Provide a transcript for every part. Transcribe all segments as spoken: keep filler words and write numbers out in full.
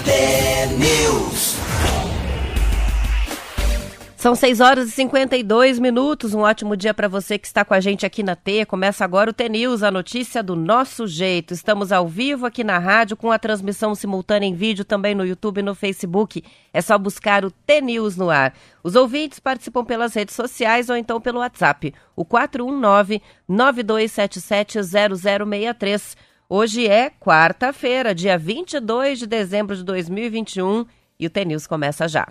T-News. São seis horas e cinquenta e dois minutos, um ótimo dia para você que está com a gente aqui na T. Começa agora o T-News, a notícia do nosso jeito. Estamos ao vivo aqui na rádio com a transmissão simultânea em vídeo também no YouTube e no Facebook. É só buscar o T-News no ar. Os ouvintes participam pelas redes sociais ou então pelo WhatsApp, o quatro um nove, nove dois sete sete, zero zero seis três. Hoje é quarta-feira, dia vinte e dois de dezembro de dois mil e vinte e um e o T-News começa já.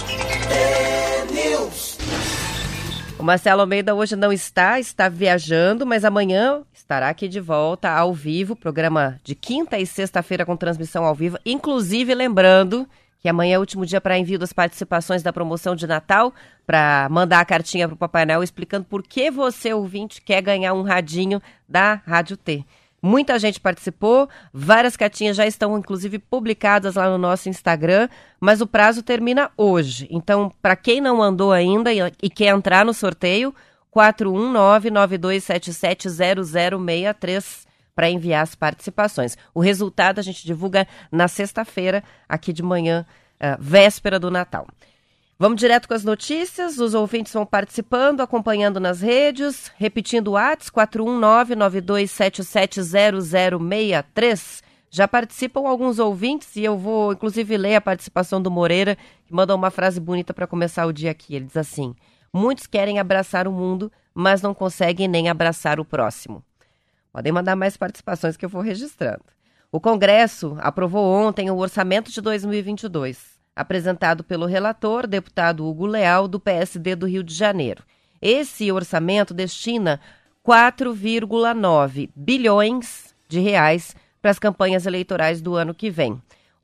O Marcelo Almeida hoje não está, está viajando, mas amanhã estará aqui de volta ao vivo, programa de quinta e sexta-feira com transmissão ao vivo, inclusive lembrando que amanhã é o último dia para envio das participações da promoção de Natal, para mandar a cartinha para o Papai Noel explicando por que você, ouvinte, quer ganhar um radinho da Rádio T. Muita gente participou, várias cartinhas já estão, inclusive, publicadas lá no nosso Instagram, mas o prazo termina hoje. Então, para quem não andou ainda e, e quer entrar no sorteio, quatro um nove, nove dois sete sete, zero zero seis três para enviar as participações. O resultado a gente divulga na sexta-feira, aqui de manhã, uh, véspera do Natal. Vamos direto com as notícias, os ouvintes vão participando, acompanhando nas redes, repetindo o WhatsApp, quatro um nove, nove dois sete sete, zero zero seis três. Já participam alguns ouvintes e eu vou, inclusive, ler a participação do Moreira, que mandou uma frase bonita para começar o dia aqui. Ele diz assim: muitos querem abraçar o mundo, mas não conseguem nem abraçar o próximo. Podem mandar mais participações que eu vou registrando. O Congresso aprovou ontem o orçamento de dois mil e vinte e dois. Apresentado pelo relator, deputado Hugo Leal, do P S D do Rio de Janeiro. Esse orçamento destina quatro vírgula nove bilhões de reais para as campanhas eleitorais do ano que vem.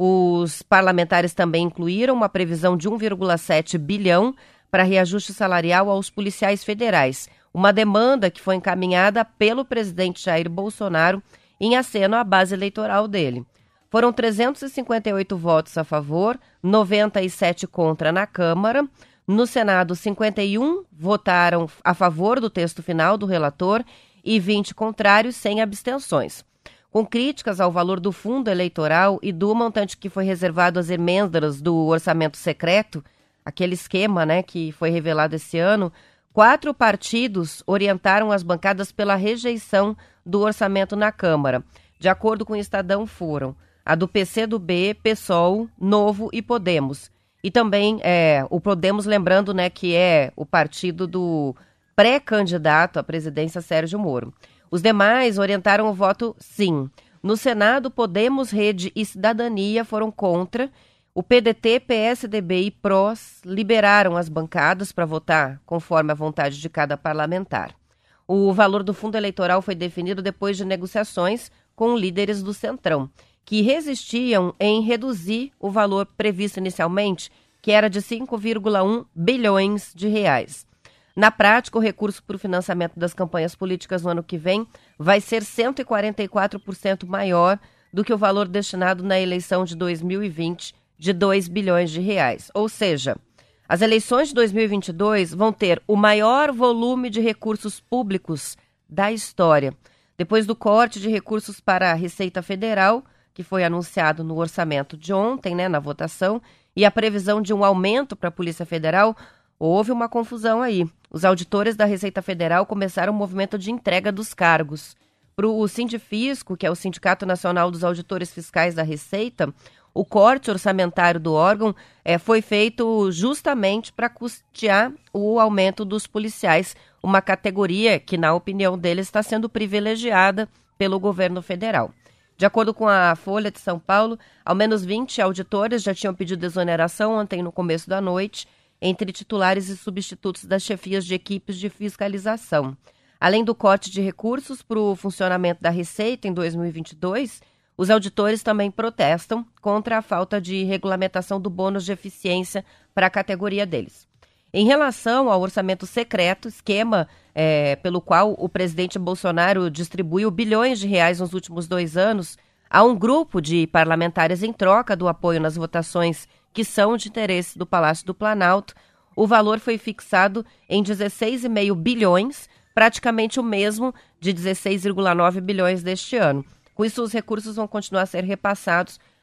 Os parlamentares também incluíram uma previsão de um vírgula sete bilhão para reajuste salarial aos policiais federais, uma demanda que foi encaminhada pelo presidente Jair Bolsonaro em aceno à base eleitoral dele. Foram trezentos e cinquenta e oito votos a favor, noventa e sete contra na Câmara. No Senado, cinquenta e um votaram a favor do texto final do relator e vinte contrários, sem abstenções. Com críticas ao valor do fundo eleitoral e do montante que foi reservado às emendas do orçamento secreto, aquele esquema, né, que foi revelado esse ano, quatro partidos orientaram as bancadas pela rejeição do orçamento na Câmara. De acordo com o Estadão, foram a do P C do B, PSOL, Novo e Podemos. E também é, o Podemos, lembrando, né, que é o partido do pré-candidato à presidência Sérgio Moro. Os demais orientaram o voto sim. No Senado, Podemos, Rede e Cidadania foram contra. O P D T, P S D B e P R O S liberaram as bancadas para votar conforme a vontade de cada parlamentar. O valor do fundo eleitoral foi definido depois de negociações com líderes do Centrão, que resistiam em reduzir o valor previsto inicialmente, que era de cinco vírgula um bilhões de reais. Na prática, o recurso para o financiamento das campanhas políticas no ano que vem vai ser cento e quarenta e quatro por cento maior do que o valor destinado na eleição de dois mil e vinte, de dois bilhões de reais. Ou seja, as eleições de dois mil e vinte e dois vão ter o maior volume de recursos públicos da história. Depois do corte de recursos para a Receita Federal, que foi anunciado no orçamento de ontem, né, na votação, e a previsão de um aumento para a Polícia Federal, houve uma confusão aí. Os auditores da Receita Federal começaram o movimento de entrega dos cargos. Para o Sindifisco, que é o Sindicato Nacional dos Auditores Fiscais da Receita, o corte orçamentário do órgão é, foi feito justamente para custear o aumento dos policiais, uma categoria que, na opinião deles, está sendo privilegiada pelo governo federal. De acordo com a Folha de São Paulo, ao menos vinte auditores já tinham pedido exoneração ontem no começo da noite, entre titulares e substitutos das chefias de equipes de fiscalização. Além do corte de recursos para o funcionamento da Receita em dois mil e vinte e dois, os auditores também protestam contra a falta de regulamentação do bônus de eficiência para a categoria deles. Em relação ao orçamento secreto, esquema é, pelo qual o presidente Bolsonaro distribuiu bilhões de reais nos últimos dois anos, há um grupo de parlamentares em troca do apoio nas votações que são de interesse do Palácio do Planalto. O valor foi fixado em dezesseis vírgula cinco bilhões, praticamente o mesmo de dezesseis vírgula nove bilhões deste ano. Com isso, os recursos vão continuar a ser repassados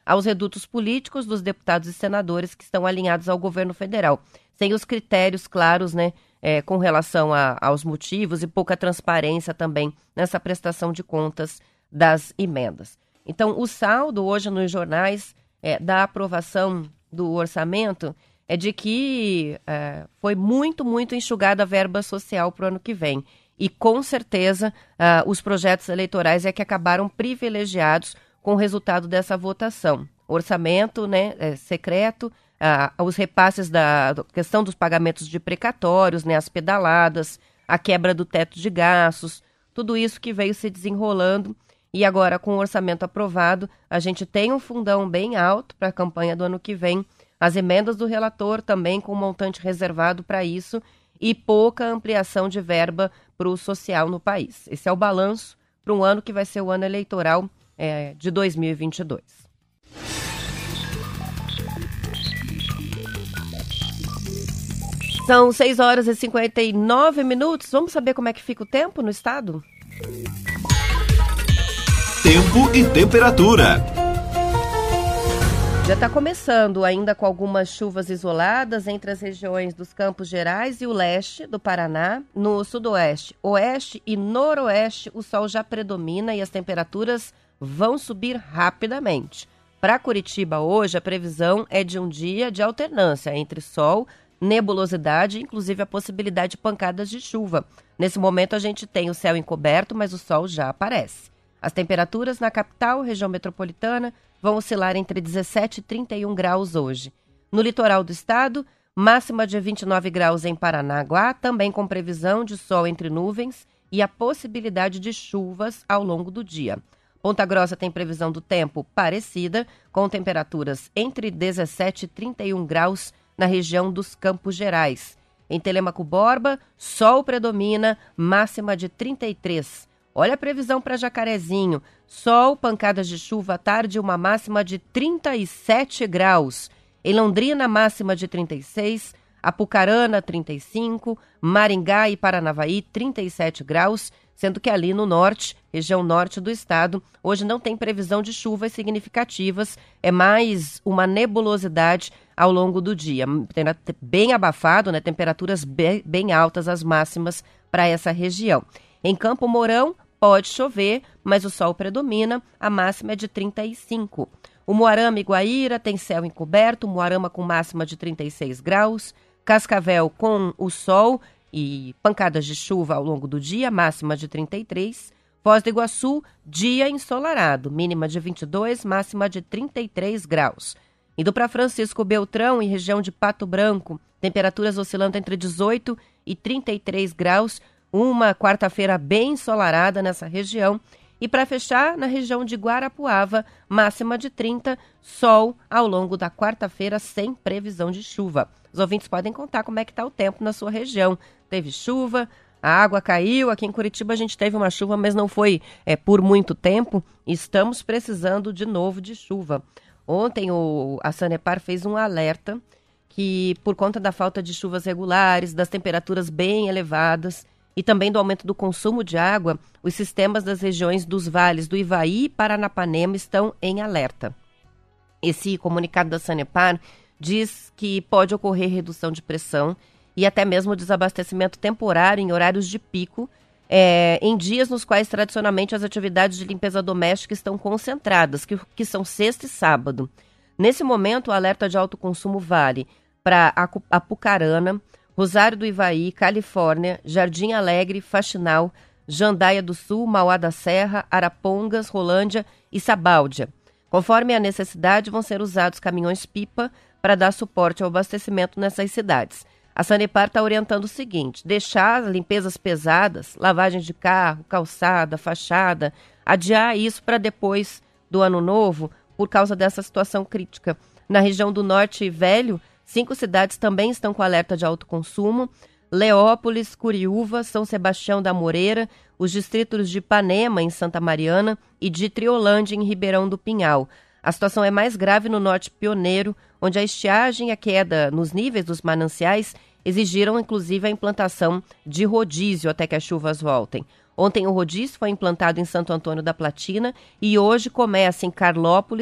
aos redutos políticos dos deputados e senadores que estão alinhados ao governo federal, sem os critérios claros, né, é, com relação a, aos motivos e pouca transparência também nessa prestação de contas das emendas. Então, o saldo hoje nos jornais é, da aprovação do orçamento é de que é, foi muito, muito enxugada a verba social para o ano que vem. E, com certeza, uh, os projetos eleitorais é que acabaram privilegiados com o resultado dessa votação. Orçamento, né, é, secreto, uh, os repasses da questão dos pagamentos de precatórios, né, as pedaladas, a quebra do teto de gastos, tudo isso que veio se desenrolando. E agora, com o orçamento aprovado, a gente tem um fundão bem alto para a campanha do ano que vem, as emendas do relator também com um montante reservado para isso, e pouca ampliação de verba para o social no país. Esse é o balanço para um ano que vai ser o ano eleitoral é, de dois mil e vinte e dois. São seis horas e cinquenta e nove minutos. Vamos saber como é que fica o tempo no estado? Tempo e temperatura. Já está começando ainda com algumas chuvas isoladas entre as regiões dos Campos Gerais e o leste do Paraná. No sudoeste, oeste e noroeste, o sol já predomina e as temperaturas vão subir rapidamente. Para Curitiba hoje, a previsão é de um dia de alternância entre sol, nebulosidade e inclusive a possibilidade de pancadas de chuva. Nesse momento a gente tem o céu encoberto, mas o sol já aparece. As temperaturas na capital, região metropolitana, vão oscilar entre dezessete e trinta e um graus hoje. No litoral do estado, máxima de vinte e nove graus em Paranaguá, também com previsão de sol entre nuvens e a possibilidade de chuvas ao longo do dia. Ponta Grossa tem previsão do tempo parecida, com temperaturas entre dezessete e trinta e um graus na região dos Campos Gerais. Em Telêmaco Borba, sol predomina, máxima de trinta e três. Olha a previsão para Jacarezinho. Sol, pancadas de chuva à tarde, uma máxima de trinta e sete graus. Em Londrina, máxima de trinta e seis. Apucarana, trinta e cinco. Maringá e Paranavaí, trinta e sete graus. Sendo que ali no norte, região norte do estado, hoje não tem previsão de chuvas significativas. É mais uma nebulosidade ao longo do dia. Bem abafado, né? Temperaturas bem, bem altas as máximas para essa região. Em Campo Mourão, pode chover, mas o sol predomina, a máxima é de trinta e cinco. O Moarama e Guaíra tem céu encoberto, Moarama com máxima de trinta e seis graus, Cascavel com o sol e pancadas de chuva ao longo do dia, máxima de trinta e três. Foz do Iguaçu, dia ensolarado, mínima de vinte e dois, máxima de trinta e três graus. Indo para Francisco Beltrão e região de Pato Branco, temperaturas oscilando entre dezoito e trinta e três graus, uma quarta-feira bem ensolarada nessa região. E para fechar, na região de Guarapuava, máxima de trinta, sol ao longo da quarta-feira sem previsão de chuva. Os ouvintes podem contar como é que está o tempo na sua região. Teve chuva, a água caiu, aqui em Curitiba a gente teve uma chuva, mas não foi é, por muito tempo. Estamos precisando de novo de chuva. Ontem o, a Sanepar fez um alerta que por conta da falta de chuvas regulares, das temperaturas bem elevadas, e também do aumento do consumo de água, os sistemas das regiões dos vales do Ivaí e Paranapanema estão em alerta. Esse comunicado da Sanepar diz que pode ocorrer redução de pressão e até mesmo desabastecimento temporário em horários de pico, é, em dias nos quais tradicionalmente as atividades de limpeza doméstica estão concentradas, que, que são sexta e sábado. Nesse momento, o alerta de alto consumo vale para Apucarana, Rosário do Ivaí, Califórnia, Jardim Alegre, Faxinal, Jandaia do Sul, Mauá da Serra, Arapongas, Rolândia e Sabáudia. Conforme a necessidade, vão ser usados caminhões-pipa para dar suporte ao abastecimento nessas cidades. A Sanepar está orientando o seguinte: deixar as limpezas pesadas, lavagem de carro, calçada, fachada, adiar isso para depois do ano novo por causa dessa situação crítica. Na região do Norte Velho, cinco cidades também estão com alerta de alto consumo: Leópolis, Curiúva, São Sebastião da Moreira, os distritos de Ipanema, em Santa Mariana, e de Triolândia, em Ribeirão do Pinhal. A situação é mais grave no Norte Pioneiro, onde a estiagem e a queda nos níveis dos mananciais exigiram, inclusive, a implantação de rodízio até que as chuvas voltem. Ontem o rodízio foi implantado em Santo Antônio da Platina e hoje começa em Carlópolis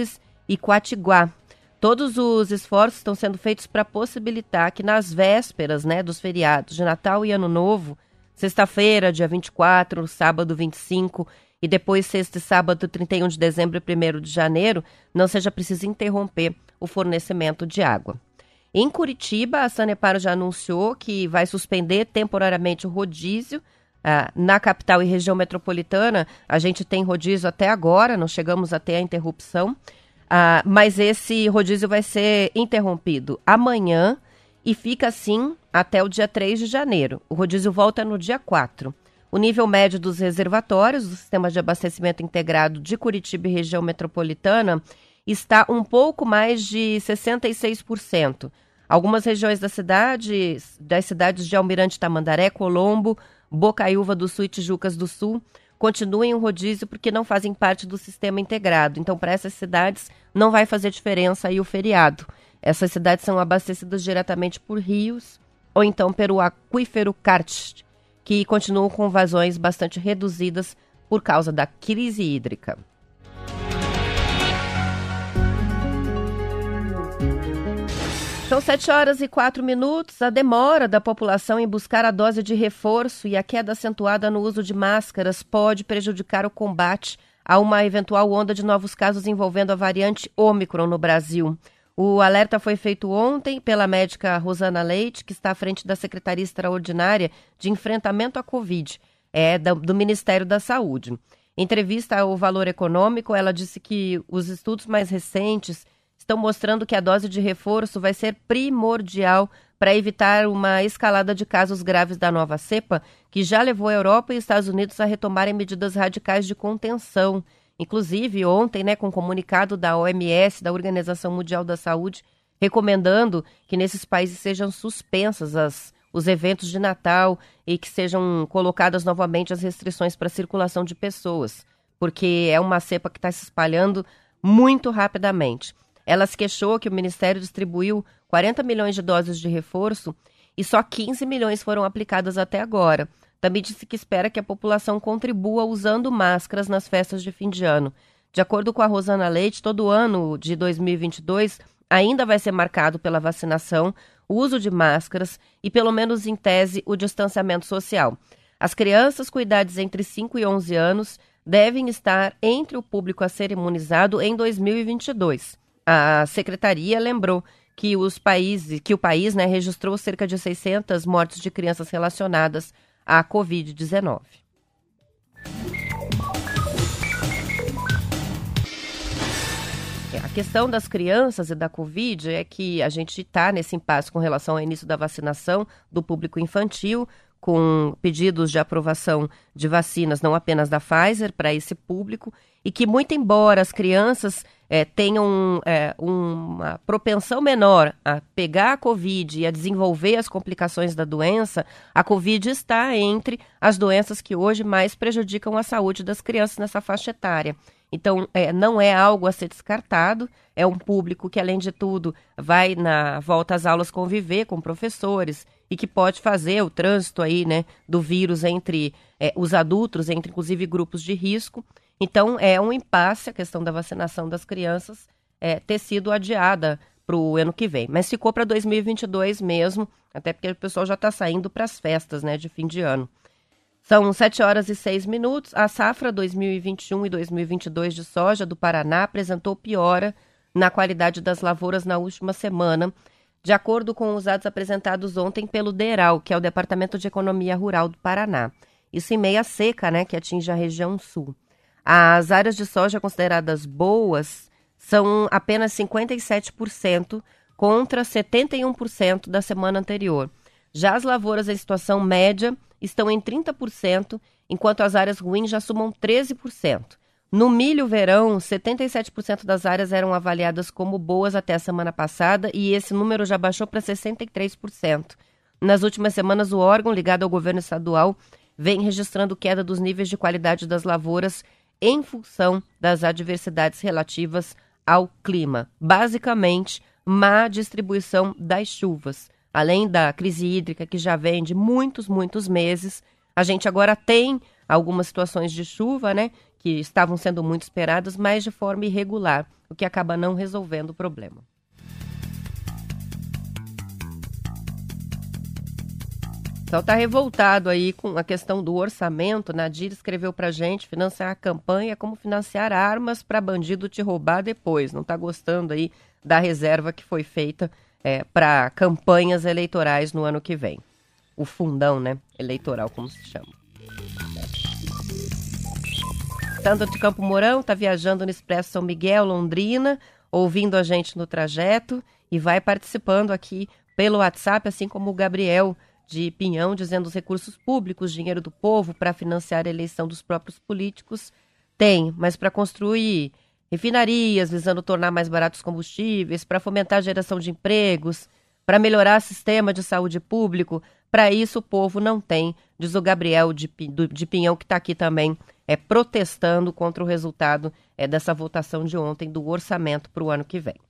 e Quatiguá. Todos os esforços estão sendo feitos para possibilitar que nas vésperas, né, dos feriados de Natal e Ano Novo, sexta-feira, dia vinte e quatro, sábado vinte e cinco e depois sexta e sábado trinta e um de dezembro e primeiro de janeiro, não seja preciso interromper o fornecimento de água. Em Curitiba, a Sanepar já anunciou que vai suspender temporariamente o rodízio. Ah, na capital e região metropolitana, a gente tem rodízio até agora, não chegamos até a interrupção. Ah, mas esse rodízio vai ser interrompido amanhã e fica assim até o dia três de janeiro. O rodízio volta no dia quatro. O nível médio dos reservatórios do Sistema de Abastecimento Integrado de Curitiba e região metropolitana está um pouco mais de sessenta e seis por cento. Algumas regiões da cidade, das cidades de Almirante Tamandaré, Colombo, Bocaiúva do Sul e Tijucas do Sul, continuem o rodízio porque não fazem parte do sistema integrado. Então, para essas cidades, não vai fazer diferença aí o feriado. Essas cidades são abastecidas diretamente por rios ou então pelo aquífero Karst, que continuam com vazões bastante reduzidas por causa da crise hídrica. São sete horas e quatro minutos. A demora da população em buscar a dose de reforço e a queda acentuada no uso de máscaras pode prejudicar o combate a uma eventual onda de novos casos envolvendo a variante Ômicron no Brasil. O alerta foi feito ontem pela médica Rosana Leite, que está à frente da Secretaria Extraordinária de Enfrentamento à Covid, é, do, do Ministério da Saúde. Em entrevista ao Valor Econômico, ela disse que os estudos mais recentes estão mostrando que a dose de reforço vai ser primordial para evitar uma escalada de casos graves da nova cepa, que já levou a Europa e Estados Unidos a retomarem medidas radicais de contenção. Inclusive, ontem, né, com um comunicado da O M S, da Organização Mundial da Saúde, recomendando que nesses países sejam suspensas as, os eventos de Natal e que sejam colocadas novamente as restrições para a circulação de pessoas, porque é uma cepa que está se espalhando muito rapidamente. Ela se queixou que o Ministério distribuiu quarenta milhões de doses de reforço e só quinze milhões foram aplicadas até agora. Também disse que espera que a população contribua usando máscaras nas festas de fim de ano. De acordo com a Rosana Leite, todo ano de dois mil e vinte e dois ainda vai ser marcado pela vacinação, o uso de máscaras e, pelo menos em tese, o distanciamento social. As crianças com idades entre cinco e onze anos devem estar entre o público a ser imunizado em dois mil e vinte e dois. A secretaria lembrou que, os países, que o país, né, registrou cerca de seiscentas mortes de crianças relacionadas à covid dezenove. A questão das crianças e da Covid é que a gente está nesse impasse com relação ao início da vacinação do público infantil, com pedidos de aprovação de vacinas, não apenas da Pfizer, para esse público, e que, muito embora as crianças é, tenham é, uma propensão menor a pegar a Covid e a desenvolver as complicações da doença, a Covid está entre as doenças que hoje mais prejudicam a saúde das crianças nessa faixa etária. Então, é, não é algo a ser descartado, é um público que, além de tudo, vai na volta às aulas conviver com professores e que pode fazer o trânsito aí, né, do vírus entre é, os adultos, entre inclusive grupos de risco. Então, é um impasse a questão da vacinação das crianças é, ter sido adiada para o ano que vem. Mas ficou para dois mil e vinte e dois mesmo, até porque o pessoal já está saindo para as festas, né, de fim de ano. São sete horas e seis minutos. A safra dois mil e vinte e um e dois mil e vinte e dois de soja do Paraná apresentou piora na qualidade das lavouras na última semana, de acordo com os dados apresentados ontem pelo DERAL, que é o Departamento de Economia Rural do Paraná. Isso em meia seca, né, que atinge a região sul. As áreas de soja consideradas boas são apenas cinquenta e sete por cento contra setenta e um por cento da semana anterior. Já as lavouras em situação média estão em trinta por cento, enquanto as áreas ruins já somam treze por cento. No milho verão, setenta e sete por cento das áreas eram avaliadas como boas até a semana passada e esse número já baixou para sessenta e três por cento. Nas últimas semanas, o órgão ligado ao governo estadual vem registrando queda dos níveis de qualidade das lavouras em função das adversidades relativas ao clima. Basicamente, má distribuição das chuvas. Além da crise hídrica que já vem de muitos, muitos meses, A gente agora tem algumas situações de chuva, né, que estavam sendo muito esperadas, mas de forma irregular, o que acaba não resolvendo o problema. Então tá revoltado aí com a questão do orçamento. Nadir escreveu pra gente: financiar a campanha é como financiar armas para bandido te roubar depois. Não tá gostando aí da reserva que foi feita é, para campanhas eleitorais no ano que vem. O fundão, né, eleitoral, como se chama. Sandra de Campo Mourão tá viajando no Expresso São Miguel, Londrina, ouvindo a gente no trajeto e vai participando aqui pelo WhatsApp, assim como o Gabriel de Pinhão, dizendo: os recursos públicos, dinheiro do povo para financiar a eleição dos próprios políticos, tem, mas para construir refinarias, visando tornar mais baratos os combustíveis, para fomentar a geração de empregos, para melhorar o sistema de saúde público, para isso o povo não tem, diz o Gabriel de, de Pinhão, que está aqui também é, protestando contra o resultado é, dessa votação de ontem do orçamento para o ano que vem.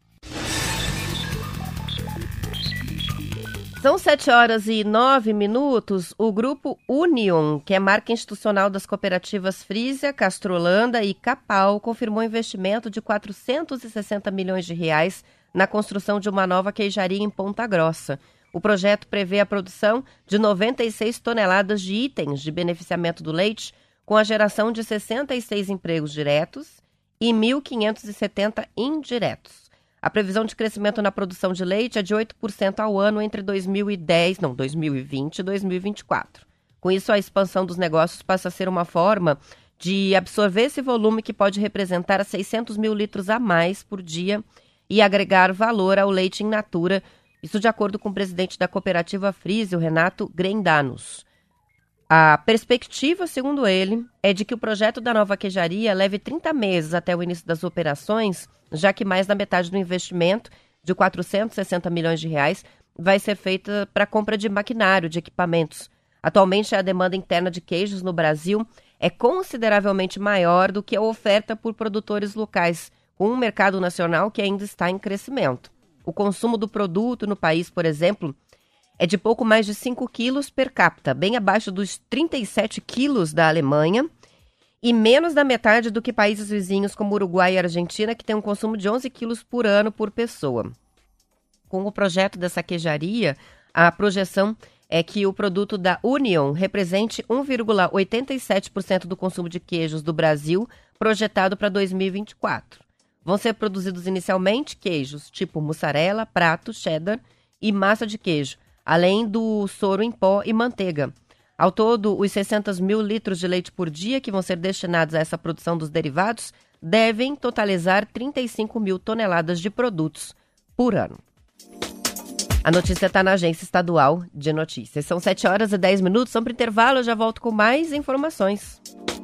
São sete horas e nove minutos. O grupo Union, que é marca institucional das cooperativas Frisia, Castrolanda e Capal, confirmou investimento de quatrocentos e sessenta milhões de reais na construção de uma nova queijaria em Ponta Grossa. O projeto prevê a produção de noventa e seis toneladas de itens de beneficiamento do leite, com a geração de sessenta e seis empregos diretos e mil quinhentos e setenta indiretos. A previsão de crescimento na produção de leite é de oito por cento ao ano entre dois mil e dez, não, dois mil e vinte e dois mil e vinte e quatro. Com isso, a expansão dos negócios passa a ser uma forma de absorver esse volume, que pode representar seiscentos mil litros a mais por dia, e agregar valor ao leite in natura. Isso de acordo com o presidente da cooperativa Frisia, o Renato Grendanos. A perspectiva, segundo ele, é de que o projeto da nova queijaria leve trinta meses até o início das operações, já que mais da metade do investimento, de quatrocentos e sessenta milhões de reais, vai ser feita para a compra de maquinário, de equipamentos. Atualmente, a demanda interna de queijos no Brasil é consideravelmente maior do que a oferta por produtores locais, com um mercado nacional que ainda está em crescimento. O consumo do produto no país, por exemplo, é de pouco mais de cinco quilos per capita, bem abaixo dos trinta e sete quilos da Alemanha e menos da metade do que países vizinhos como Uruguai e Argentina, que tem um consumo de onze quilos por ano por pessoa. Com o projeto dessa queijaria, a projeção é que o produto da Union represente um vírgula oitenta e sete por cento do consumo de queijos do Brasil, projetado para dois mil e vinte e quatro. Vão ser produzidos inicialmente queijos tipo mussarela, prato, cheddar e massa de queijo, além do soro em pó e manteiga. Ao todo, os seiscentos mil litros de leite por dia que vão ser destinados a essa produção dos derivados devem totalizar trinta e cinco mil toneladas de produtos por ano. A notícia está na Agência Estadual de Notícias. São sete horas e dez minutos, vamos para o intervalo, eu já volto com mais informações.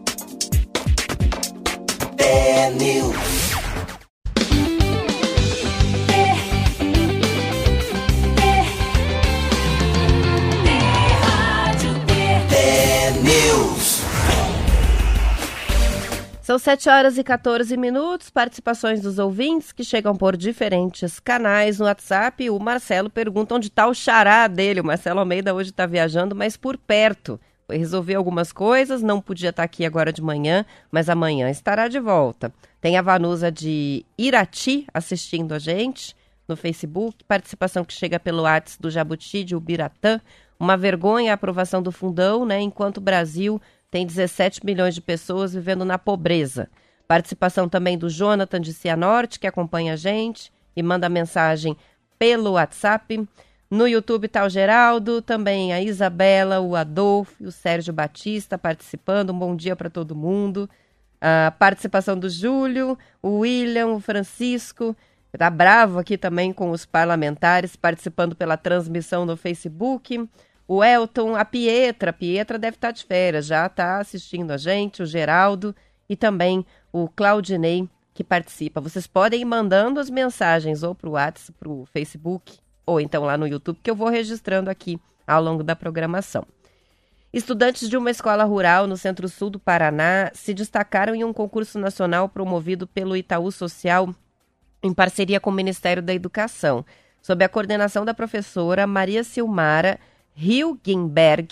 São sete horas e quatorze minutos, participações dos ouvintes que chegam por diferentes canais no WhatsApp. O Marcelo pergunta onde está o xará dele. O Marcelo Almeida hoje está viajando, mas por perto. Foi resolver algumas coisas, não podia estar aqui agora de manhã, mas amanhã estará de volta. Tem a Vanusa de Irati assistindo a gente no Facebook, participação que chega pelo WhatsApp do Jabuti de Ubiratã. Uma vergonha a aprovação do fundão, né? Enquanto o Brasil tem dezessete milhões de pessoas vivendo na pobreza. Participação também do Jonathan de Cianorte, que acompanha a gente e manda mensagem pelo WhatsApp. No YouTube está o Geraldo, também a Isabela, o Adolfo e o Sérgio Batista participando. Um bom dia para todo mundo. A participação do Júlio, o William, o Francisco. Está bravo aqui também com os parlamentares participando pela transmissão no Facebook. O Elton, a Pietra, a Pietra deve estar de férias, já está assistindo a gente, o Geraldo e também o Claudinei, que participa. Vocês podem ir mandando as mensagens ou para o WhatsApp, para o Facebook, ou então lá no YouTube, que eu vou registrando aqui ao longo da programação. Estudantes de uma escola rural no centro-sul do Paraná se destacaram em um concurso nacional promovido pelo Itaú Social em parceria com o Ministério da Educação, sob a coordenação da professora Maria Silmara Hilgenberg.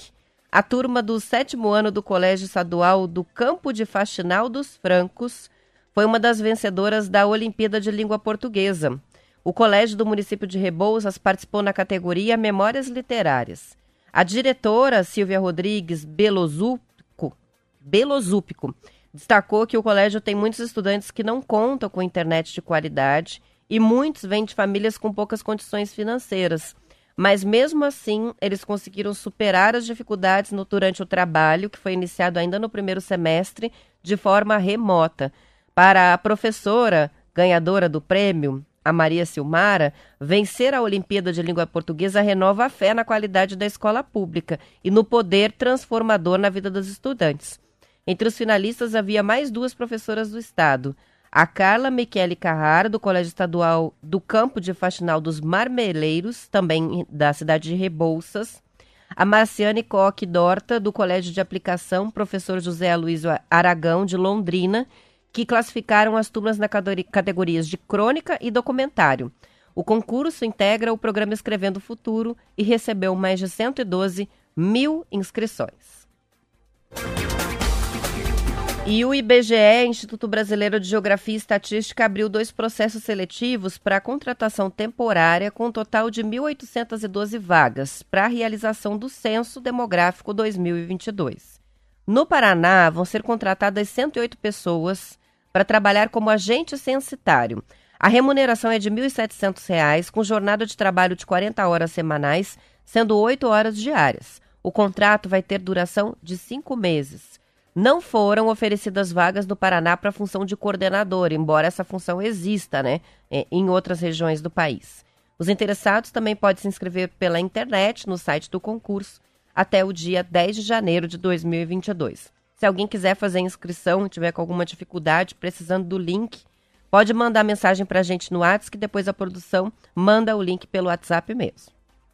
A turma do sétimo ano do Colégio Estadual do Campo de Faxinal dos Francos foi uma das vencedoras da Olimpíada de Língua Portuguesa. O colégio do município de Rebouças participou na categoria Memórias Literárias. A diretora Silvia Rodrigues Belozúpico, Belozúpico destacou que o colégio tem muitos estudantes que não contam com internet de qualidade e muitos vêm de famílias com poucas condições financeiras. Mas mesmo assim, eles conseguiram superar as dificuldades no, durante o trabalho, que foi iniciado ainda no primeiro semestre, de forma remota. Para a professora ganhadora do prêmio, a Maria Silmara, vencer a Olimpíada de Língua Portuguesa renova a fé na qualidade da escola pública e no poder transformador na vida dos estudantes. Entre os finalistas havia mais duas professoras do estado. A Carla Michele Carrara, do Colégio Estadual do Campo de Faxinal dos Marmeleiros, também da cidade de Rebouças. A Marciane Coque Dorta, do Colégio de Aplicação, professor José Aloysio Aragão, de Londrina, que classificaram as turmas na categorias de crônica e documentário. O concurso integra o programa Escrevendo o Futuro e recebeu mais de cento e doze mil inscrições. E o I B G E, Instituto Brasileiro de Geografia e Estatística, abriu dois processos seletivos para a contratação temporária com um total de mil oitocentas e doze vagas para a realização do Censo Demográfico dois mil e vinte e dois. No Paraná, vão ser contratadas cento e oito pessoas para trabalhar como agente censitário. A remuneração é de mil e setecentos reais, com jornada de trabalho de quarenta horas semanais, sendo oito horas diárias. O contrato vai ter duração de cinco meses. Não foram oferecidas vagas no Paraná para a função de coordenador, embora essa função exista, né, em outras regiões do país. Os interessados também podem se inscrever pela internet no site do concurso até o dia dez de janeiro de dois mil e vinte e dois. Se alguém quiser fazer a inscrição, tiver com alguma dificuldade, precisando do link, pode mandar mensagem para a gente no WhatsApp, que depois a produção manda o link pelo WhatsApp mesmo.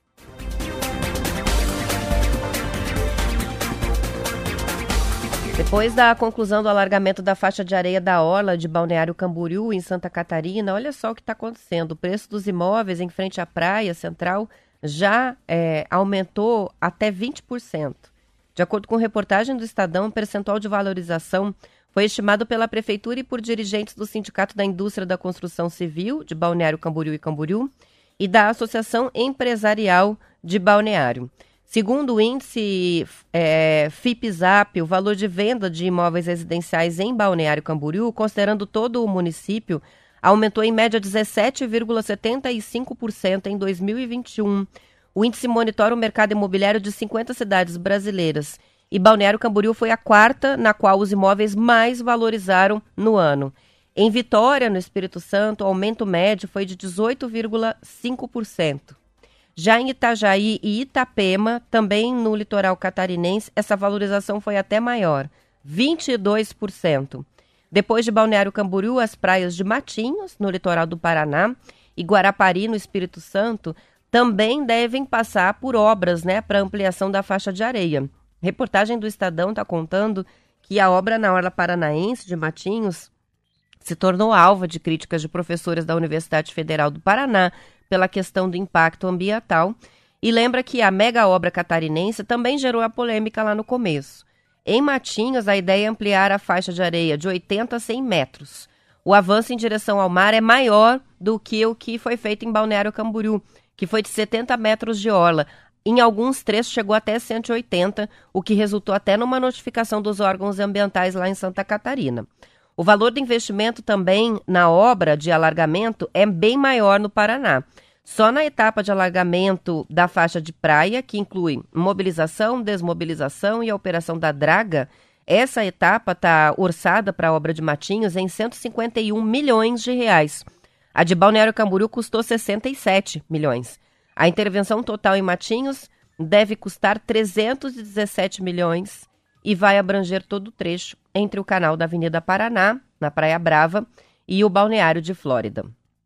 Depois da conclusão do alargamento da faixa de areia da orla de Balneário Camboriú, em Santa Catarina, olha só o que está acontecendo. O preço dos imóveis em frente à praia central já é, aumentou até vinte por cento. De acordo com reportagem do Estadão, o percentual de valorização foi estimado pela Prefeitura e por dirigentes do Sindicato da Indústria da Construção Civil de Balneário Camboriú e Camboriú e da Associação Empresarial de Balneário. Segundo o índice é, FIPZAP, o valor de venda de imóveis residenciais em Balneário Camboriú, considerando todo o município, aumentou em média dezessete vírgula setenta e cinco por cento em dois mil e vinte e um. O índice monitora o mercado imobiliário de cinquenta cidades brasileiras e Balneário Camboriú foi a quarta na qual os imóveis mais valorizaram no ano. Em Vitória, no Espírito Santo, o aumento médio foi de dezoito vírgula cinco por cento. Já em Itajaí e Itapema, também no litoral catarinense, essa valorização foi até maior, vinte e dois por cento. Depois de Balneário Camboriú, as praias de Matinhos, no litoral do Paraná, e Guarapari, no Espírito Santo, também devem passar por obras, né, para ampliação da faixa de areia. Reportagem do Estadão está contando que a obra na orla paranaense de Matinhos se tornou alvo de críticas de professores da Universidade Federal do Paraná, pela questão do impacto ambiental, e lembra que a mega obra catarinense também gerou a polêmica lá no começo. Em Matinhos, a ideia é ampliar a faixa de areia de oitenta a cem metros. O avanço em direção ao mar é maior do que o que foi feito em Balneário Camboriú, que foi de setenta metros de orla. Em alguns trechos chegou até cento e oitenta, o que resultou até numa notificação dos órgãos ambientais lá em Santa Catarina. O valor do investimento também na obra de alargamento é bem maior no Paraná. Só na etapa de alargamento da faixa de praia, que inclui mobilização, desmobilização e a operação da draga, essa etapa está orçada para a obra de Matinhos em cento e cinquenta e um milhões de reais. A de Balneário Camboriú custou sessenta e sete milhões. A intervenção total em Matinhos deve custar trezentos e dezessete milhões e vai abranger todo o trecho entre o canal da Avenida Paraná, na Praia Brava, e o Balneário de Flórida.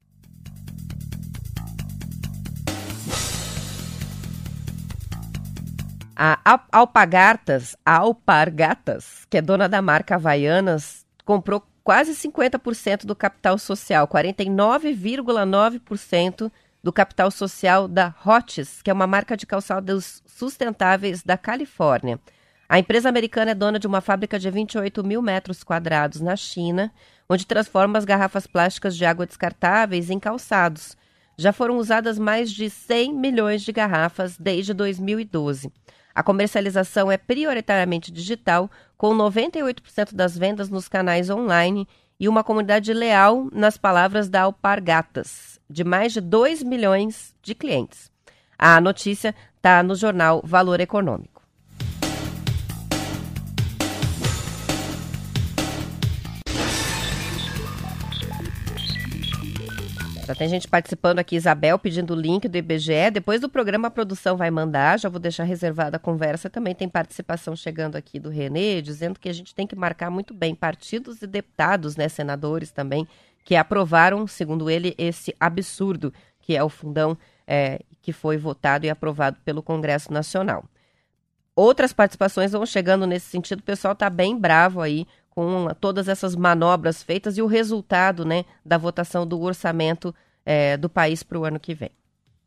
A Alpargatas, a Alpargatas, que é dona da marca Havaianas, comprou quase cinquenta por cento do capital social, quarenta e nove vírgula nove por cento do capital social da Hotz, que é uma marca de calçados sustentáveis da Califórnia. A empresa americana é dona de uma fábrica de vinte e oito mil metros quadrados na China, onde transforma as garrafas plásticas de água descartáveis em calçados. Já foram usadas mais de cem milhões de garrafas desde dois mil e doze. A comercialização é prioritariamente digital, com noventa e oito por cento das vendas nos canais online e uma comunidade leal, nas palavras da Alpargatas, de mais de dois milhões de clientes. A notícia está no jornal Valor Econômico. Já tem gente participando aqui, Isabel, pedindo o link do I B G E. Depois do programa a produção vai mandar, já vou deixar reservada a conversa. Também tem participação chegando aqui do Renê, dizendo que a gente tem que marcar muito bem partidos e deputados, né, senadores também, que aprovaram, segundo ele, esse absurdo que é o fundão é, que foi votado e aprovado pelo Congresso Nacional. Outras participações vão chegando nesse sentido, o pessoal está bem bravo aí com todas essas manobras feitas e o resultado, né, da votação do orçamento é, do país para o ano que vem.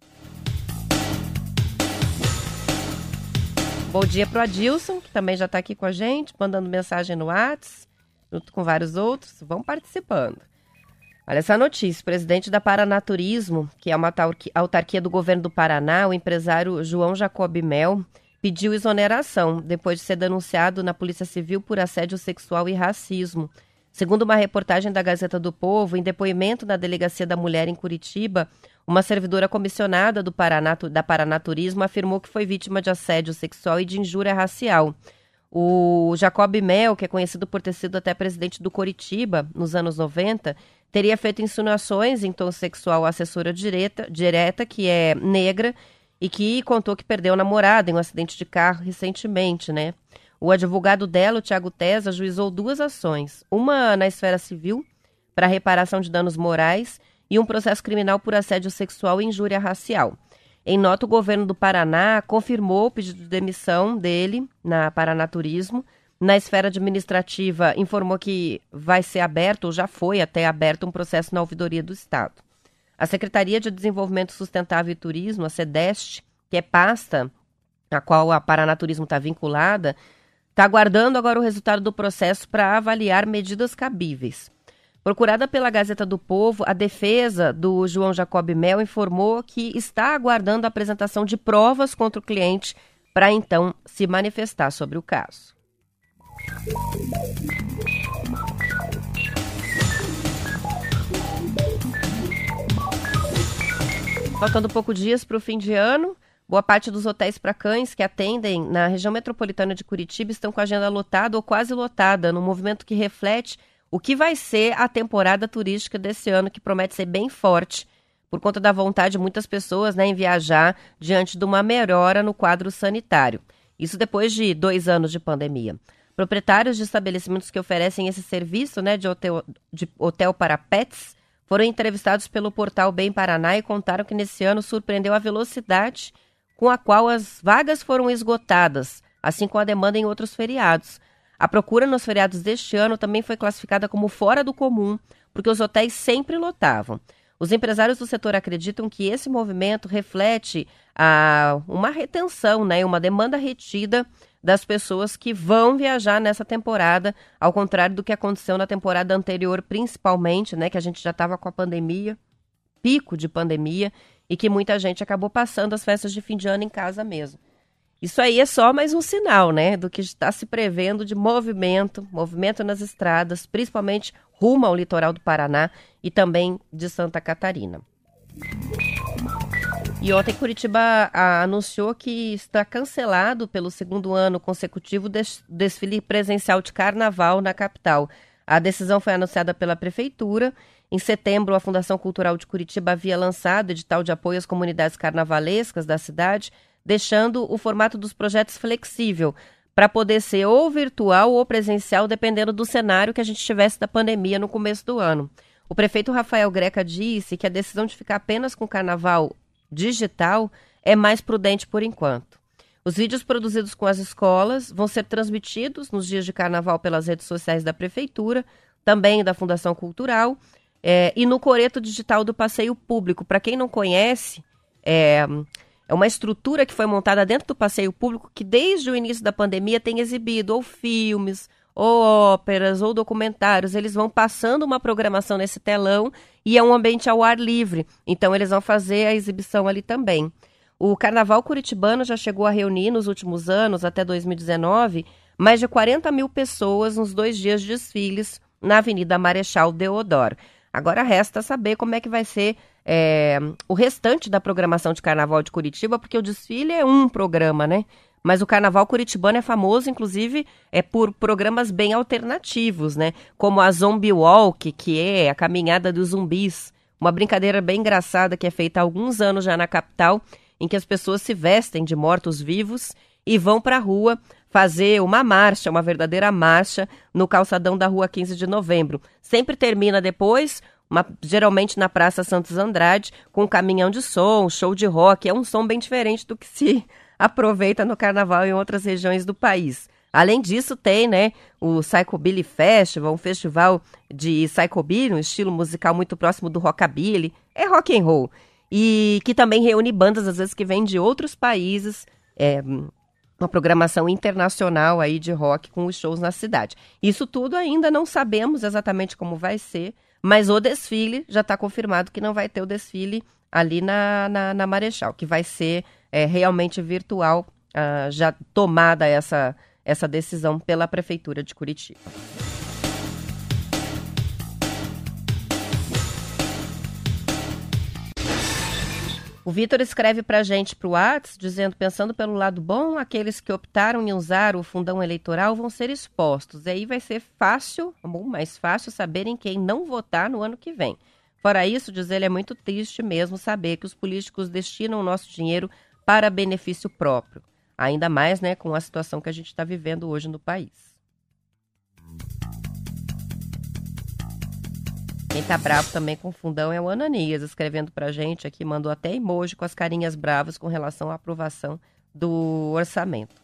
Bom dia para o Adilson, que também já está aqui com a gente, mandando mensagem no WhatsApp, junto com vários outros. Vão participando. Olha essa notícia, o presidente da Paranaturismo, que é uma autarquia do governo do Paraná, o empresário João Jacob Mel, pediu exoneração depois de ser denunciado na Polícia Civil por assédio sexual e racismo. Segundo uma reportagem da Gazeta do Povo, em depoimento na Delegacia da Mulher em Curitiba, uma servidora comissionada do Paraná, da Paranaturismo afirmou que foi vítima de assédio sexual e de injúria racial. O Jacob Mel, que é conhecido por ter sido até presidente do Coritiba nos anos noventa, teria feito insinuações em tom sexual à assessora direta, direta que é negra, e que contou que perdeu a namorada em um acidente de carro recentemente, né? O advogado dela, o Tiago Tesa, ajuizou duas ações, uma na esfera civil, para reparação de danos morais, e um processo criminal por assédio sexual e injúria racial. Em nota, o governo do Paraná confirmou o pedido de demissão dele na Paranaturismo. Na esfera administrativa, informou que vai ser aberto, ou já foi até aberto, um processo na ouvidoria do Estado. A Secretaria de Desenvolvimento Sustentável e Turismo, a SEDEST, que é pasta a qual a Paranaturismo está vinculada, está aguardando agora o resultado do processo para avaliar medidas cabíveis. Procurada pela Gazeta do Povo, a defesa do João Jacob Mel informou que está aguardando a apresentação de provas contra o cliente para então se manifestar sobre o caso. Faltando poucos dias para o fim de ano, boa parte dos hotéis para cães que atendem na região metropolitana de Curitiba estão com a agenda lotada ou quase lotada, num movimento que reflete o que vai ser a temporada turística desse ano, que promete ser bem forte, por conta da vontade de muitas pessoas, né, em viajar diante de uma melhora no quadro sanitário. Isso depois de dois anos de pandemia. Proprietários de estabelecimentos que oferecem esse serviço, né, de hotel, de hotel para pets, foram entrevistados pelo portal Bem Paraná e contaram que nesse ano surpreendeu a velocidade com a qual as vagas foram esgotadas, assim como a demanda em outros feriados. A procura nos feriados deste ano também foi classificada como fora do comum, porque os hotéis sempre lotavam. Os empresários do setor acreditam que esse movimento reflete a, uma retenção, né, uma demanda retida das pessoas que vão viajar nessa temporada, ao contrário do que aconteceu na temporada anterior, principalmente, né, que a gente já estava com a pandemia, pico de pandemia, e que muita gente acabou passando as festas de fim de ano em casa mesmo. Isso aí é só mais um sinal, né, do que está se prevendo de movimento, movimento nas estradas, principalmente rumo ao litoral do Paraná e também de Santa Catarina. E ontem Curitiba a, anunciou que está cancelado pelo segundo ano consecutivo o des, desfile presencial de carnaval na capital. A decisão foi anunciada pela Prefeitura. Em setembro, a Fundação Cultural de Curitiba havia lançado edital de apoio às comunidades carnavalescas da cidade, deixando o formato dos projetos flexível, para poder ser ou virtual ou presencial, dependendo do cenário que a gente tivesse da pandemia no começo do ano. O prefeito Rafael Greca disse que a decisão de ficar apenas com o carnaval digital é mais prudente por enquanto. Os vídeos produzidos com as escolas vão ser transmitidos nos dias de carnaval pelas redes sociais da Prefeitura, também da Fundação Cultural, é, e no coreto digital do passeio público. Para quem não conhece, é, é uma estrutura que foi montada dentro do passeio público que desde o início da pandemia tem exibido ou filmes, ou óperas, ou documentários. Eles vão passando uma programação nesse telão e é um ambiente ao ar livre. Então eles vão fazer a exibição ali também. O Carnaval Curitibano já chegou a reunir nos últimos anos, até dois mil e dezenove, mais de quarenta mil pessoas nos dois dias de desfiles na Avenida Marechal Deodoro. Agora resta saber como é que vai ser é, o restante da programação de Carnaval de Curitiba, porque o desfile é um programa, né? Mas o Carnaval Curitibano é famoso, inclusive, é por programas bem alternativos, né? Como a Zombie Walk, que é a caminhada dos zumbis. Uma brincadeira bem engraçada que é feita há alguns anos já na capital, em que as pessoas se vestem de mortos-vivos e vão para a rua fazer uma marcha, uma verdadeira marcha, no calçadão da Rua quinze de Novembro. Sempre termina depois, uma, geralmente na Praça Santos Andrade, com um caminhão de som, show de rock. É um som bem diferente do que se aproveita no Carnaval em outras regiões do país. Além disso, tem, né, o Psychobilly Festival, um festival de psychobilly, um estilo musical muito próximo do rockabilly. É rock and roll. E que também reúne bandas, às vezes, que vêm de outros países, é, uma programação internacional aí de rock com os shows na cidade. Isso tudo ainda não sabemos exatamente como vai ser, mas o desfile já está confirmado que não vai ter o desfile ali na, na, na Marechal, que vai ser é, realmente virtual, ah, já tomada essa, essa decisão pela Prefeitura de Curitiba. O Vitor escreve pra gente pro WhatsApp, dizendo, pensando pelo lado bom, aqueles que optaram em usar o fundão eleitoral vão ser expostos. E aí vai ser fácil, ou mais fácil, saberem quem não votar no ano que vem. Fora isso, diz ele, é muito triste mesmo saber que os políticos destinam o nosso dinheiro para benefício próprio. Ainda mais, né, com a situação que a gente está vivendo hoje no país. Quem tá bravo também com o fundão é o Ananias, escrevendo pra gente aqui, mandou até emoji com as carinhas bravas com relação à aprovação do orçamento.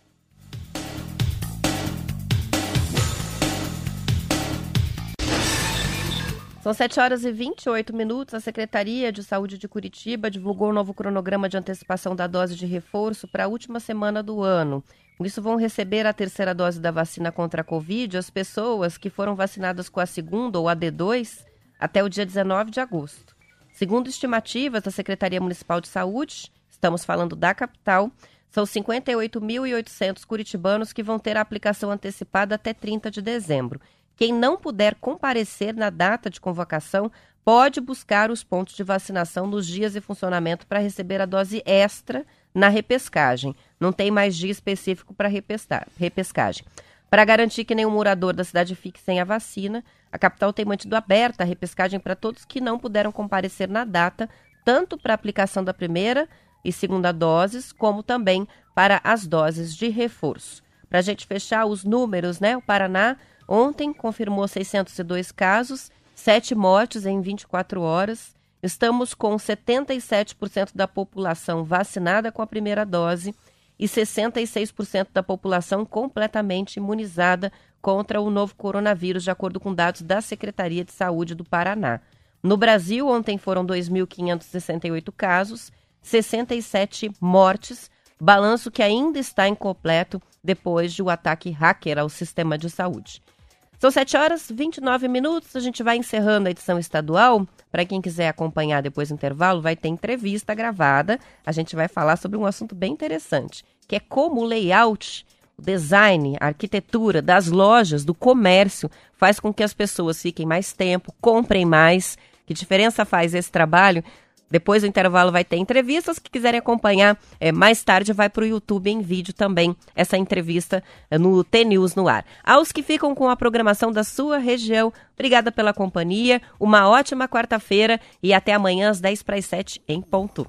São sete horas e vinte e oito minutos. A Secretaria de Saúde de Curitiba divulgou um novo cronograma de antecipação da dose de reforço para a última semana do ano. Com isso, vão receber a terceira dose da vacina contra a Covid as pessoas que foram vacinadas com a segunda ou a D dois até o dia dezenove de agosto. Segundo estimativas da Secretaria Municipal de Saúde, estamos falando da capital, são cinquenta e oito mil e oitocentos curitibanos que vão ter a aplicação antecipada até trinta de dezembro. Quem não puder comparecer na data de convocação pode buscar os pontos de vacinação nos dias de funcionamento para receber a dose extra na repescagem. Não tem mais dia específico para repescagem. Para garantir que nenhum morador da cidade fique sem a vacina, a capital tem mantido aberta a repescagem para todos que não puderam comparecer na data, tanto para a aplicação da primeira e segunda doses, como também para as doses de reforço. Para a gente fechar os números, né? O Paraná ontem confirmou seiscentos e dois casos, sete mortes em vinte e quatro horas. Estamos com setenta e sete por cento da população vacinada com a primeira dose e sessenta e seis por cento da população completamente imunizada contra o novo coronavírus, de acordo com dados da Secretaria de Saúde do Paraná. No Brasil, ontem foram dois mil quinhentos e sessenta e oito casos, sessenta e sete mortes, balanço que ainda está incompleto depois de um ataque hacker ao sistema de saúde. São sete horas e vinte e nove minutos, a gente vai encerrando a edição estadual. Para quem quiser acompanhar depois do intervalo, vai ter entrevista gravada. A gente vai falar sobre um assunto bem interessante, que é como o layout, o design, a arquitetura das lojas, do comércio, faz com que as pessoas fiquem mais tempo, comprem mais. Que diferença faz esse trabalho? Depois do intervalo vai ter entrevistas. Que quiserem acompanhar, é, mais tarde vai para o YouTube em vídeo também essa entrevista é, no T-News no ar. Aos que ficam com a programação da sua região, obrigada pela companhia, uma ótima quarta-feira e até amanhã às dez para as sete em ponto.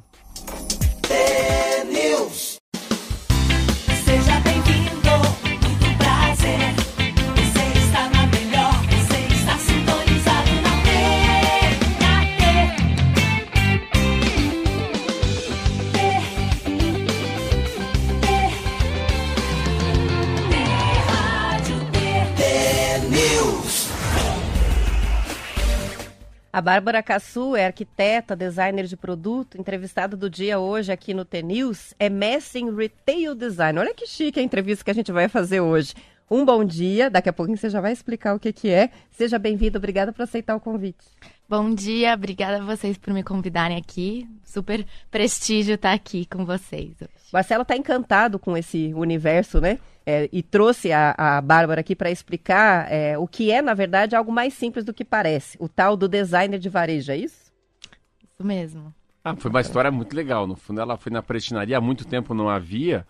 T-News. Seja bem-vindo, muito prazer. Você está na melhor, você está sintonizado na T, na T. T, T, T, Rádio T. T-News. A Bárbara Cassu é arquiteta, designer de produto, entrevistada do dia hoje aqui no T-News, é mestre em Retail Design. Olha que chique a entrevista que a gente vai fazer hoje. Um bom dia, daqui a pouquinho você já vai explicar o que, que é. Seja bem-vindo, obrigada por aceitar o convite. Bom dia, obrigada a vocês por me convidarem aqui. Super prestígio estar aqui com vocês hoje. Marcelo está encantado com esse universo, né? É, e trouxe a, a Bárbara aqui para explicar é, o que é, na verdade, algo mais simples do que parece. O tal do designer de varejo, é isso? Isso mesmo. Ah, foi uma história muito legal. No fundo, ela foi na prestinaria, há muito tempo não havia.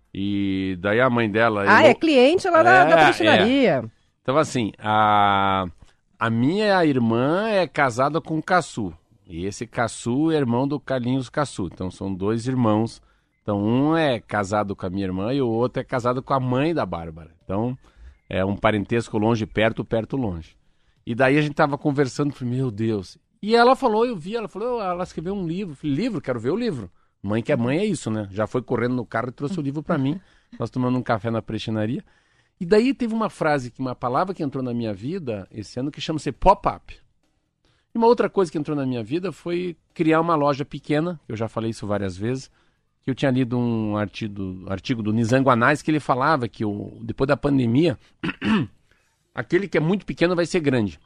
E daí a mãe dela... Ah, eu... é cliente lá da, é, da prestinaria. É. Então, assim, a... a minha irmã é casada com o Cassu. E esse Cassu é irmão do Carlinhos Cassu. Então, são dois irmãos. Então, um é casado com a minha irmã e o outro é casado com a mãe da Bárbara. Então, é um parentesco longe, perto, perto, longe. E daí a gente tava conversando, falei, meu Deus. E ela falou, eu vi, ela falou, ela escreveu um livro. Falei, livro? Quero ver o livro. Mãe que é mãe é isso, né? Já foi correndo no carro e trouxe o livro para mim. Nós tomando um café na prestinaria. E daí teve uma frase, que uma palavra que entrou na minha vida esse ano que chama-se pop-up. E uma outra coisa que entrou na minha vida foi criar uma loja pequena, eu já falei isso várias vezes, que eu tinha lido um artigo, artigo do Nizango Anais que ele falava que o, depois da pandemia, aquele que é muito pequeno vai ser grande.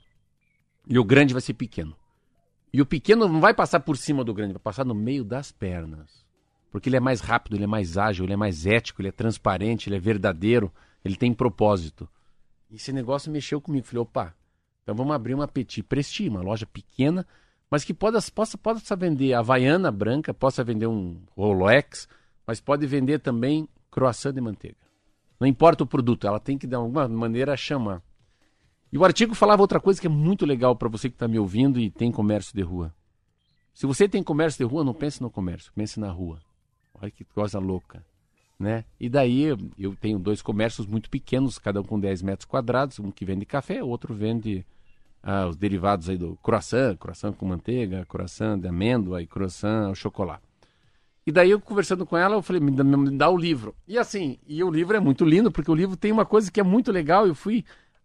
E o grande vai ser pequeno. E o pequeno não vai passar por cima do grande, vai passar no meio das pernas. Porque ele é mais rápido, ele é mais ágil, ele é mais ético, ele é transparente, ele é verdadeiro, ele tem propósito. E esse negócio mexeu comigo. Falei, opa, então vamos abrir uma Petit Prestige, uma loja pequena, mas que possa, possa, possa vender Havaiana branca, possa vender um Rolex, mas pode vender também croissant de manteiga. Não importa o produto, ela tem que de alguma maneira chamar. E o artigo falava outra coisa que é muito legal para você que está me ouvindo e tem comércio de rua. Se você tem comércio de rua, não pense no comércio, pense na rua. Olha que coisa louca, né? E daí eu tenho dois comércios muito pequenos, cada um com dez metros quadrados, um que vende café, outro vende ah, os derivados aí do croissant, croissant com manteiga, croissant de amêndoa e croissant ao chocolate. E daí eu conversando com ela, eu falei, me dá, me dá o livro. E assim, e o livro é muito lindo, porque o livro tem uma coisa que é muito legal, eu fui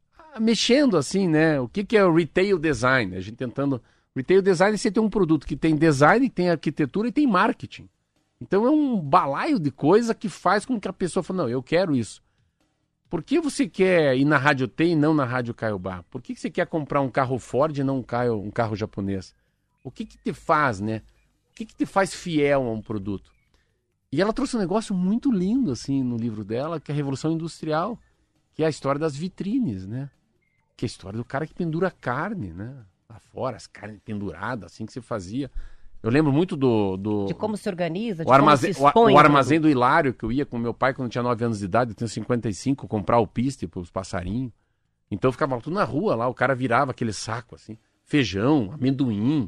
mexendo assim, né? O que, que é o retail design? A gente tentando... Retail design, você tem um produto que tem design, tem arquitetura e tem marketing. Então é um balaio de coisa que faz com que a pessoa fale, não, eu quero isso. Por que você quer ir na Rádio T e não na Rádio Caiobá? Por que você quer comprar um carro Ford e não um carro, um carro japonês? O que que te faz, né? O que que te faz fiel a um produto? E ela trouxe um negócio muito lindo, assim, no livro dela, que é a Revolução Industrial, que é a história das vitrines, né? Que é a história do cara que pendura carne, né? Lá fora, as carnes penduradas, assim que se fazia. Eu lembro muito do... do de como se organiza, de o armazém, como se expõe. O, o armazém do Hilário, que eu ia com meu pai quando eu tinha nove anos de idade, eu tenho cinquenta e cinco, comprar o piste para os passarinhos. Então eu ficava tudo na rua lá, o cara virava aquele saco, assim, feijão, amendoim,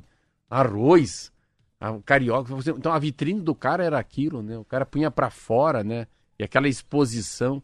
arroz, a, carioca. Então a vitrine do cara era aquilo, né? O cara punha para fora, né? E aquela exposição...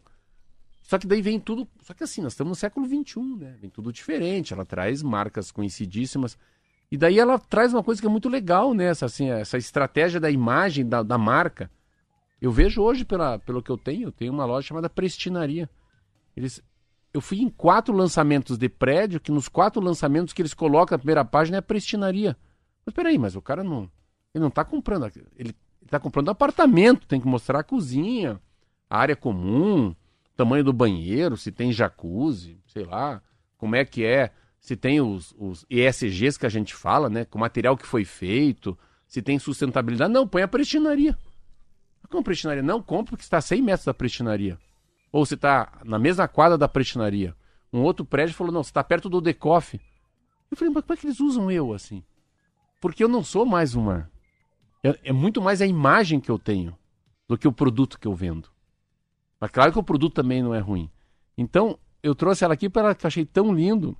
Só que daí vem tudo... Só que assim, nós estamos no século vinte e um, né? Vem tudo diferente. Ela traz marcas conhecidíssimas. E daí ela traz uma coisa que é muito legal, né? Essa, assim, essa estratégia da imagem da, da marca. Eu vejo hoje, pela, pelo que eu tenho, eu tenho uma loja chamada Prestinaria. Eles, eu fui em quatro lançamentos de prédio, que nos quatro lançamentos que eles colocam na primeira página é Prestinaria. Mas peraí, mas o cara não... Ele não está comprando... Ele está comprando apartamento, tem que mostrar a cozinha, a área comum... tamanho do banheiro, se tem jacuzzi, sei lá, como é que é, se tem os, os E S Gs que a gente fala, né, com o material que foi feito, se tem sustentabilidade. Não, põe a prestinaria. Como prestinaria? Não, compra porque está a cem metros da prestinaria. Ou você está na mesma quadra da prestinaria. Um outro prédio falou, não, você está perto do Decoff. Eu falei, mas como é que eles usam eu assim? Porque eu não sou mais uma... É, é muito mais a imagem que eu tenho do que o produto que eu vendo. Mas claro que o produto também não é ruim. Então, eu trouxe ela aqui para ela que eu achei tão lindo.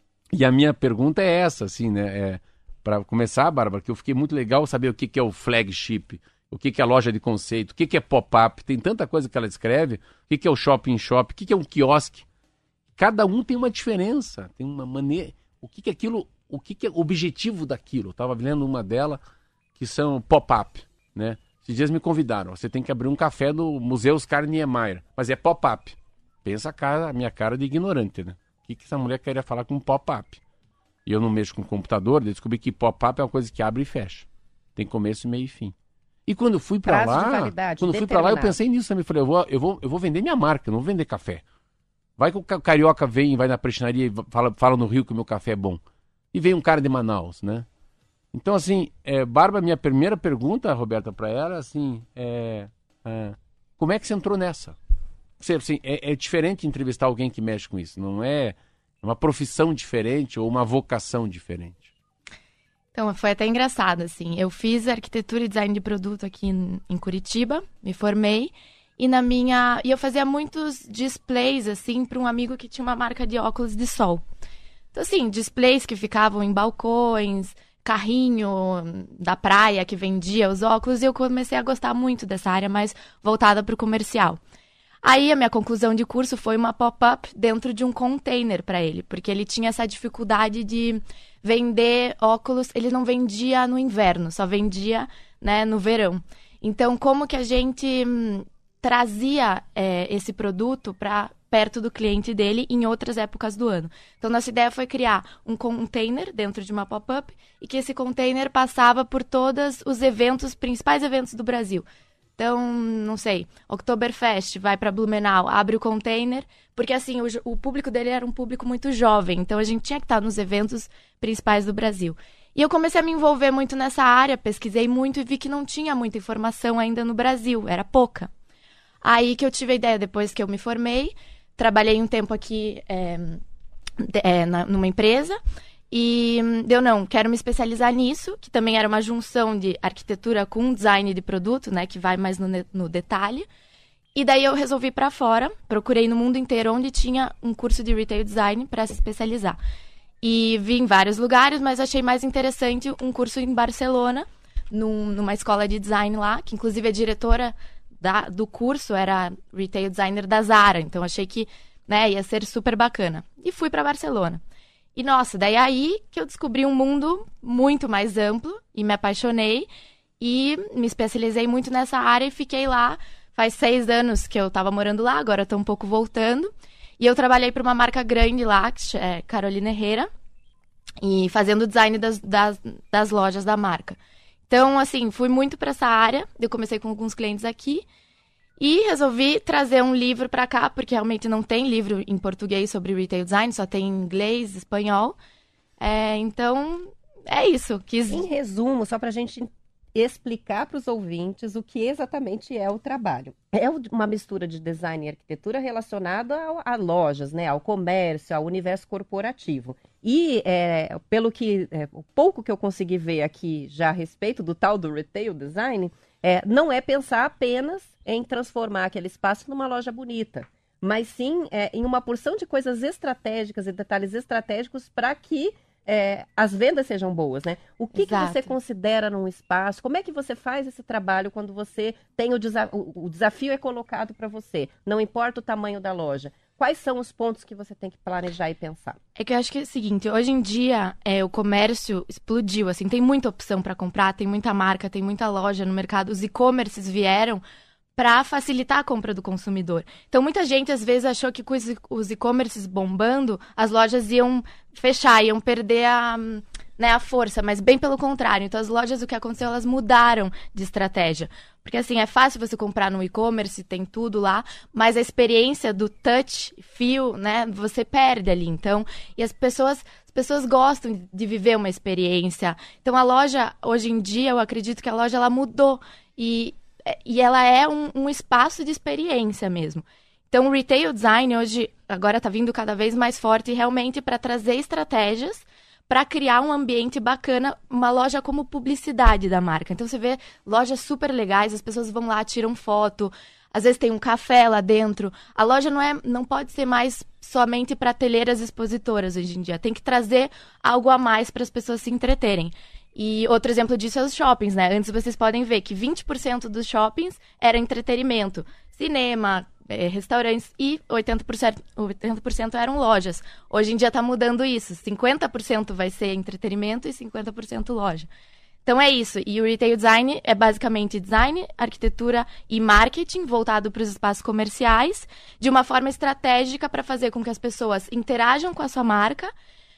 E a minha pergunta é essa, assim, né? É, para começar, Bárbara, que eu fiquei muito legal saber o que, que é o flagship, o que, que é a loja de conceito, o que, que é pop-up. Tem tanta coisa que ela escreve. O que, que é o shopping shop, o que, que é um quiosque. Cada um tem uma diferença, tem uma maneira... O que, que é aquilo, o que, que é o objetivo daquilo? Eu estava vendo uma dela que são pop-up, né? Esses dias me convidaram, você tem que abrir um café no Museu Oscar Niemeyer, mas é pop-up. Pensa a, cara, a minha cara de ignorante, né? O que, que essa mulher queria falar com pop-up? e eu não mexo com computador, eu descobri que pop-up é uma coisa que abre e fecha. Tem começo, meio e fim. E quando eu fui pra Prazo de lá, validade quando eu fui pra lá, eu determinado. pensei nisso também. Falei, eu vou, eu, vou, eu vou vender minha marca, eu não vou vender café. Vai que o ca- carioca vem, vai na prestinaria e fala, fala no Rio que o meu café é bom. E vem um cara de Manaus, né? Então, assim, é, Bárbara, minha primeira pergunta, Roberta, pra ela, assim, é, é, como é que você entrou nessa? Você, assim, é, é diferente entrevistar alguém que mexe com isso, não é uma profissão diferente ou uma vocação diferente. Então, foi até engraçado, assim. Eu fiz arquitetura e design de produto aqui em, em Curitiba, me formei. E na minha... E eu fazia muitos displays, assim, para um amigo que tinha uma marca de óculos de sol. Então, assim, displays que ficavam em balcões, carrinho da praia que vendia os óculos. E eu comecei a gostar muito dessa área mais voltada para o comercial. Aí a minha conclusão de curso foi uma pop-up dentro de um container para ele, porque ele tinha essa dificuldade de vender óculos, ele não vendia no inverno, só vendia, né, no verão. Então, como que a gente hum, trazia é, esse produto para perto do cliente dele em outras épocas do ano? Então, nossa ideia foi criar um container dentro de uma pop-up e que esse container passava por todos os eventos, principais eventos do Brasil. Então, não sei, Oktoberfest, vai para Blumenau, abre o container, porque assim, o, o público dele era um público muito jovem, então a gente tinha que estar nos eventos principais do Brasil. E eu comecei a me envolver muito nessa área, pesquisei muito e vi que não tinha muita informação ainda no Brasil, era pouca. Aí que eu tive a ideia, depois que eu me formei, trabalhei um tempo aqui é, é, na, numa empresa, e deu, não, quero me especializar nisso, que também era uma junção de arquitetura com design de produto, né, que vai mais no, no detalhe. E daí eu resolvi ir para fora, procurei no mundo inteiro onde tinha um curso de retail design para se especializar. E vi em vários lugares, mas achei mais interessante um curso em Barcelona, num, numa escola de design lá, que inclusive a diretora da, do curso era retail designer da Zara, então achei que, né, ia ser super bacana. E fui para Barcelona. E, nossa, daí aí que eu descobri um mundo muito mais amplo e me apaixonei e me especializei muito nessa área e fiquei lá. Faz seis anos que eu estava morando lá, agora estou um pouco voltando. E eu trabalhei para uma marca grande lá, que é Carolina Herrera, e fazendo o design das, das, das lojas da marca. Então, assim, fui muito para essa área. Eu comecei com alguns clientes aqui. E resolvi trazer um livro para cá, porque realmente não tem livro em português sobre retail design, só tem em inglês, espanhol. É, então, é isso. Quis... Em resumo, só para a gente explicar para os ouvintes o que exatamente é o trabalho. É uma mistura de design e arquitetura relacionada a, a lojas, né, ao comércio, ao universo corporativo. E, é, pelo que, é, o pouco que eu consegui ver aqui já a respeito do tal do retail design, é, não é pensar apenas em transformar aquele espaço numa loja bonita, mas sim é, em uma porção de coisas estratégicas e detalhes estratégicos para que é, as vendas sejam boas, né? O que, que você considera num espaço? Como é que você faz esse trabalho quando você tem o, desa- o, o desafio é colocado para você? Não importa o tamanho da loja. Quais são os pontos que você tem que planejar e pensar? É que eu acho que é o seguinte, hoje em dia é, o comércio explodiu, assim, tem muita opção para comprar, tem muita marca, tem muita loja no mercado, os e-commerces vieram para facilitar a compra do consumidor. Então, muita gente, às vezes, achou que com os, os e-commerces bombando, as lojas iam fechar, iam perder a, né, a força, mas bem pelo contrário. Então, as lojas, o que aconteceu, elas mudaram de estratégia. Porque, assim, é fácil você comprar no e-commerce, tem tudo lá, mas a experiência do touch, fio, né, você perde ali. Então, e as pessoas... As pessoas gostam de viver uma experiência. Então, a loja, hoje em dia, eu acredito que a loja, ela mudou. E... E ela é um, um espaço de experiência mesmo. Então, o retail design hoje, agora está vindo cada vez mais forte realmente para trazer estratégias para criar um ambiente bacana, uma loja como publicidade da marca. Então, você vê lojas super legais, as pessoas vão lá, tiram foto, às vezes tem um café lá dentro. A loja não, é, não pode ser mais somente prateleiras expositoras hoje em dia. Tem que trazer algo a mais para as pessoas se entreterem. E outro exemplo disso é os shoppings, né? Antes vocês podem ver que vinte por cento dos shoppings era entretenimento, cinema, eh, restaurantes e oitenta por cento, oitenta por cento eram lojas. Hoje em dia está mudando isso, cinquenta por cento vai ser entretenimento e cinquenta por cento loja. Então é isso, e o retail design é basicamente design, arquitetura e marketing voltado para os espaços comerciais, de uma forma estratégica para fazer com que as pessoas interajam com a sua marca,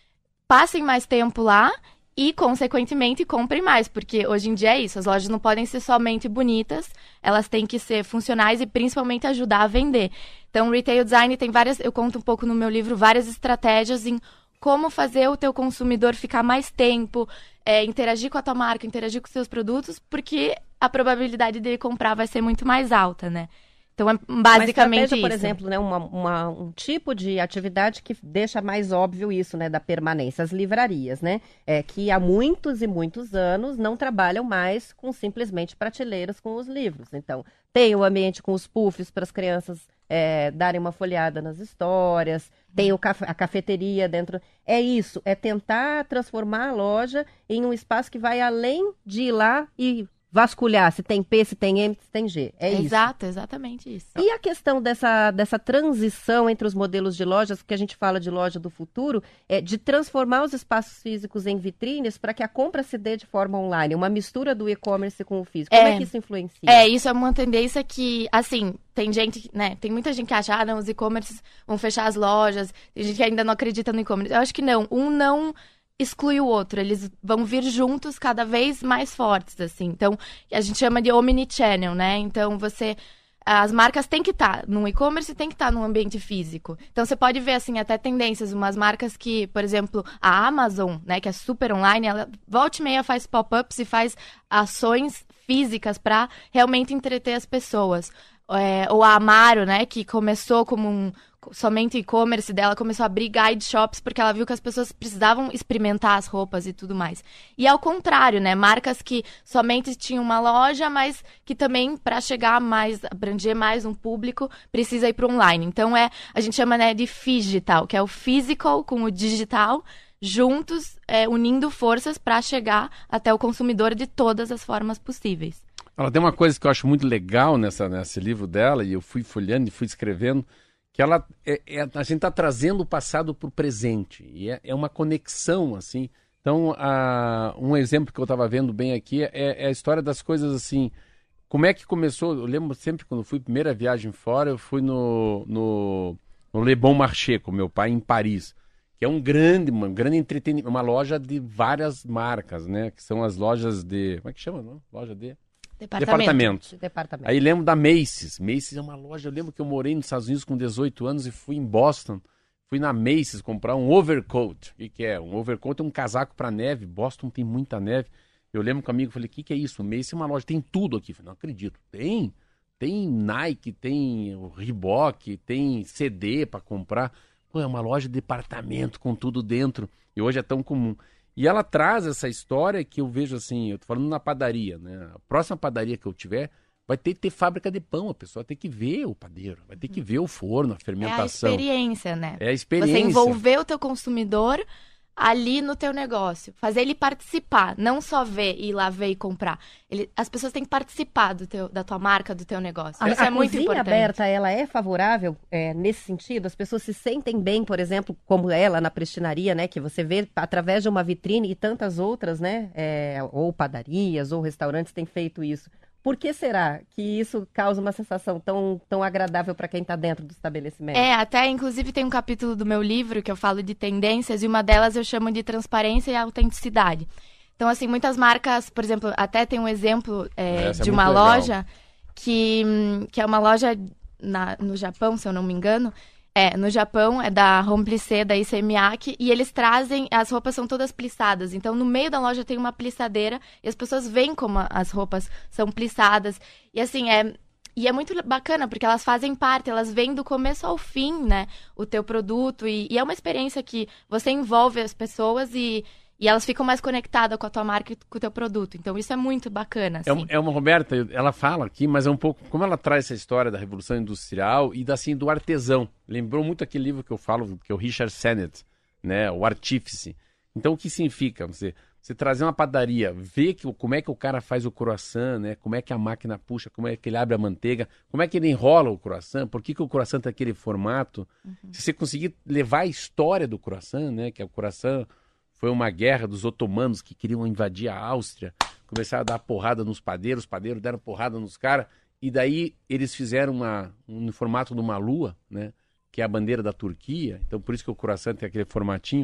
passem mais tempo lá e, consequentemente, comprem mais, porque hoje em dia é isso, as lojas não podem ser somente bonitas, elas têm que ser funcionais e principalmente ajudar a vender. Então, o Retail Design tem várias, eu conto um pouco no meu livro, várias estratégias em como fazer o teu consumidor ficar mais tempo, é, interagir com a tua marca, interagir com os seus produtos, porque a probabilidade dele comprar vai ser muito mais alta, né? Então, é basicamente estratégia, isso. por exemplo, né, uma, uma- um tipo de atividade que deixa mais óbvio isso, né, da permanência. As livrarias, né, é, que há muitos e muitos anos não trabalham mais com simplesmente prateleiras com os livros. Então, tem o ambiente com os puffs para as crianças é, darem uma folheada nas histórias, tem o caf- a cafeteria dentro. É isso, é tentar transformar a loja em um espaço que vai além de ir lá e vasculhar se tem P, se tem M, se tem G. É isso. Exato, exatamente isso. E a questão dessa, dessa transição entre os modelos de lojas, que a gente fala de loja do futuro, é de transformar os espaços físicos em vitrines para que a compra se dê de forma online, uma mistura do e-commerce com o físico. Como é É. que isso influencia? É, isso é uma tendência que, assim, tem gente, né, tem muita gente que acha, ah, não, os e-commerces vão fechar as lojas, tem gente que ainda não acredita no e-commerce. Eu acho que não, um não exclui o outro, eles vão vir juntos cada vez mais fortes, assim. Então, a gente chama de omnichannel, né? Então, você... As marcas têm que estar no e-commerce e têm que estar no ambiente físico. Então, você pode ver, assim, até tendências. Umas marcas que, por exemplo, a Amazon, né, que é super online, ela volta e meia faz pop-ups e faz ações físicas para realmente entreter as pessoas. É, ou a Amaro, né, que começou como um, somente e-commerce dela, começou a abrir guide shops porque ela viu que as pessoas precisavam experimentar as roupas e tudo mais. E ao contrário, né, marcas que somente tinham uma loja, mas que também, para chegar mais, abranger mais um público, precisa ir para o online. Então, é, a gente chama, né, de phygital, que é o physical com o digital, juntos, é, unindo forças para chegar até o consumidor de todas as formas possíveis. Ela tem uma coisa que eu acho muito legal nessa, nesse livro dela, e eu fui folheando e fui escrevendo, que ela é, é- a gente está trazendo o passado para o presente, e é, é uma conexão, assim. Então, a- um exemplo que eu estava vendo bem aqui é, é a história das coisas assim, como é que começou, eu lembro sempre quando eu fui, primeira viagem fora, eu fui no, no, no Le Bon Marché com meu pai em Paris, que é um grande, uma grande entretenimento, uma loja de várias marcas, né, que são as lojas de, como é que chama, não? Loja de... Departamentos. De departamento. Aí lembro da Macy's. Macy's é uma loja. Eu lembro que eu morei nos Estados Unidos com dezoito anos e fui em Boston. Fui na Macy's comprar um overcoat. O que, que é? Um overcoat é um casaco para neve. Boston tem muita neve. Eu lembro com um amigo, falei, o que, que é isso? Macy's é uma loja, tem tudo aqui. Eu falei, não acredito. Tem. Tem Nike, tem o Reebok, tem C D para comprar. Pô, é uma loja de departamento com tudo dentro. E hoje é tão comum. E ela traz essa história que eu vejo assim, eu tô falando na padaria, né? A próxima padaria que eu tiver vai ter que ter fábrica de pão, a pessoa tem que ver o padeiro, vai ter que ver o forno, a É a fermentação. experiência, né? É a experiência. Você envolver o teu consumidor ali no teu negócio. Fazer ele participar, não só ver, ir lá ver e comprar. Ele, as pessoas têm que participar do teu, da tua marca, do teu negócio. A, Isso a é muito cozinha importante. aberta, ela é favorável é, nesse sentido? As pessoas se sentem bem, por exemplo, como ela na prestinaria, né? Que você vê através de uma vitrine e tantas outras, né? é, ou padarias ou restaurantes têm feito isso. Por que será que isso causa uma sensação tão, tão agradável para quem está dentro do estabelecimento? É, até inclusive tem um capítulo do meu livro que eu falo de tendências e uma delas eu chamo de transparência e autenticidade. Então, assim, muitas marcas, por exemplo, até tem um exemplo é, Essa é de muito uma legal. loja que, hum, que é uma loja na- no Japão, se eu não me engano. É, no Japão, é da Home Plissé, da Issey-Miyake, e eles trazem, as roupas são todas plissadas, então no meio da loja tem uma plissadeira, e as pessoas veem como a- as roupas são plissadas, e assim, é... E é muito bacana, porque elas fazem parte, elas vêm do começo ao fim, né, o teu produto, e, e é uma experiência que você envolve as pessoas e, e elas ficam mais conectadas com a tua marca e com o teu produto, então isso é muito bacana, É, assim. um- é uma Roberta, ela fala aqui, mas é um pouco como ela traz essa história da Revolução Industrial e da, assim, do artesão. Lembrou muito aquele livro que eu falo, que é o Richard Sennett, né, o Artífice. Então, o que significa? Você, você trazer uma padaria, ver que, como é que o cara faz o croissant, né, como é que a máquina puxa, como é que ele abre a manteiga, como é que ele enrola o croissant, por que, que o croissant tem aquele formato. Se você conseguir levar a história do croissant, né, que é o croissant foi uma guerra dos otomanos que queriam invadir a Áustria, começaram a dar porrada nos padeiros, os padeiros deram porrada nos caras, e daí eles fizeram uma, um no formato de uma lua, né, que é a bandeira da Turquia, então por isso que o croissant tem aquele formatinho,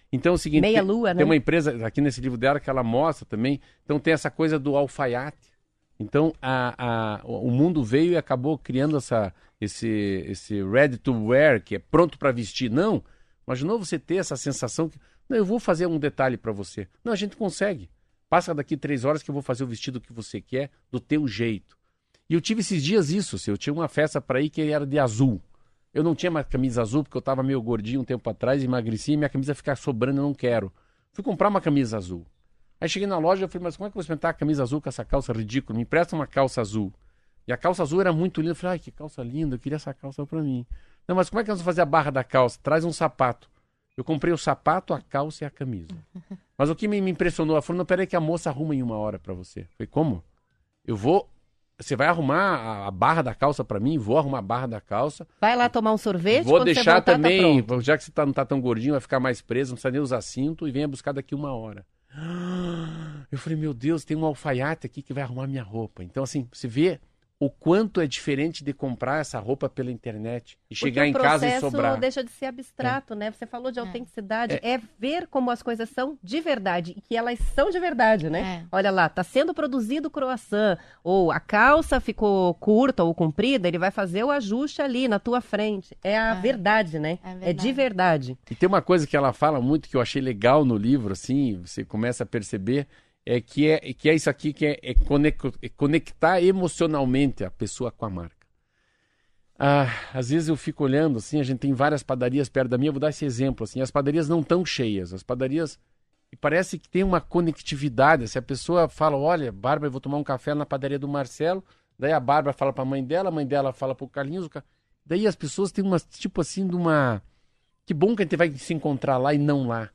Então é o seguinte, Meia tem, lua, né? tem uma empresa aqui nesse livro dela que ela mostra também, então tem essa coisa do alfaiate. Então a, a, o mundo veio e acabou criando essa, esse, esse ready to wear, que é pronto para vestir. Não, imaginou você ter essa sensação que, não, eu vou fazer um detalhe para você. Não, a gente consegue. Passa daqui três horas que eu vou fazer o vestido que você quer, do teu jeito. E eu tive esses dias isso, assim, eu tinha uma festa para ir que era de azul. Eu não tinha mais camisa azul porque eu estava meio gordinho um tempo atrás, emagreci e minha camisa ficar sobrando, eu não quero. Fui comprar uma camisa azul. Aí cheguei na loja e falei, mas como é que eu vou experimentar a camisa azul com essa calça ridícula? Me empresta uma calça azul. E a calça azul era muito linda. Eu falei, ai, que calça linda, eu queria essa calça para mim. Não, mas como é que nós vamos fazer a barra da calça? Traz um sapato. Eu comprei o sapato, a calça e a camisa. Mas o que me, me impressionou, ela falou, não, peraí que a moça arruma em uma hora para você. Eu falei, como? Eu vou... Você vai arrumar a, a barra da calça para mim? Vou arrumar a barra da calça. Vai lá tomar um sorvete. Vou quando você deixar voltar, também, tá pronto. já que você tá, não tá tão gordinho, vai ficar mais preso, não precisa nem usar cinto e venha buscar daqui uma hora. Eu falei, meu Deus, tem um alfaiate aqui que vai arrumar minha roupa. Então, assim, você vê o quanto é diferente de comprar essa roupa pela internet e chegar Porque em casa e o processo sobrar. deixa de ser abstrato, né? Você falou de É. autenticidade, é. ver como as coisas são de verdade e que elas são de verdade, né? É. Olha lá, tá sendo produzido croissant, ou a calça ficou curta ou comprida, ele vai fazer o ajuste ali na tua frente. É a É. verdade, né? É É, verdade. de verdade. E tem uma coisa que ela fala muito que eu achei legal no livro, assim, você começa a perceber, é que é, que é isso aqui, que é, é conec- é conectar emocionalmente a pessoa com a marca. Ah, às vezes eu fico olhando, assim, a gente tem várias padarias perto da minha, eu vou dar esse exemplo, assim, as padarias não estão cheias, as padarias, e parece que tem uma conectividade, se a pessoa fala, olha, Bárbara, eu vou tomar um café na padaria do Marcelo, daí a Bárbara fala para a mãe dela, a mãe dela fala para o Carlinhos, o Car... daí as pessoas têm uma, tipo assim, de uma... Que bom que a gente vai se encontrar lá e não lá.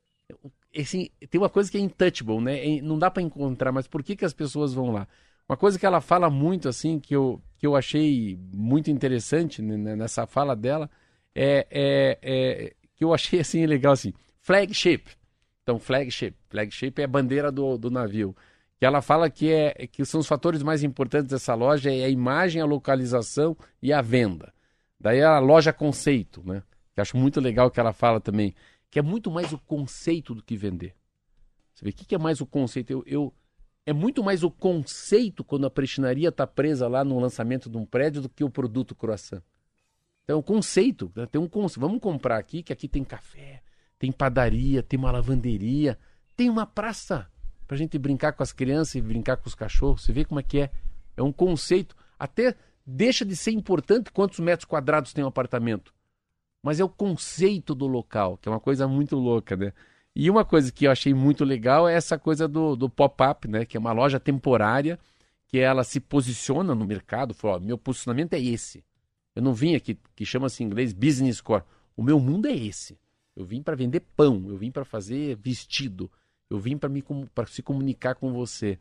Assim, tem uma coisa que é intouchable, né? É- não dá para encontrar, mas por que, que as pessoas vão lá? Uma coisa que ela fala muito, assim, que eu, que eu achei muito interessante né, nessa fala dela, é, é, é que eu achei, assim, legal, assim, flagship. Então, flagship. Flagship é a bandeira do, do navio. Que ela fala que, é, que são os fatores mais importantes dessa loja, é a imagem, a localização e a venda. Daí a loja conceito, né? Que eu acho muito legal que ela fala também, que é muito mais o conceito do que vender. Você vê, o que, que é mais o conceito? Eu, eu, é muito mais o conceito quando a prestinaria está presa lá no lançamento de um prédio do que o produto croissant. Então, o conceito, né? Tem um conceito. Vamos comprar aqui, que aqui tem café, tem padaria, tem uma lavanderia, tem uma praça para a gente brincar com as crianças e brincar com os cachorros. Você vê como é que é? É um conceito. Até deixa de ser importante quantos metros quadrados tem um apartamento. Mas é o conceito do local, que é uma coisa muito louca, né? E uma coisa que eu achei muito legal é essa coisa do, do pop-up, né? Que é uma loja temporária, que ela se posiciona no mercado, fala, ó, meu posicionamento é esse. Eu não vim aqui, que chama-se em inglês business core. O meu mundo é esse. Eu vim para vender pão, eu vim para fazer vestido, eu vim para me para se comunicar com você.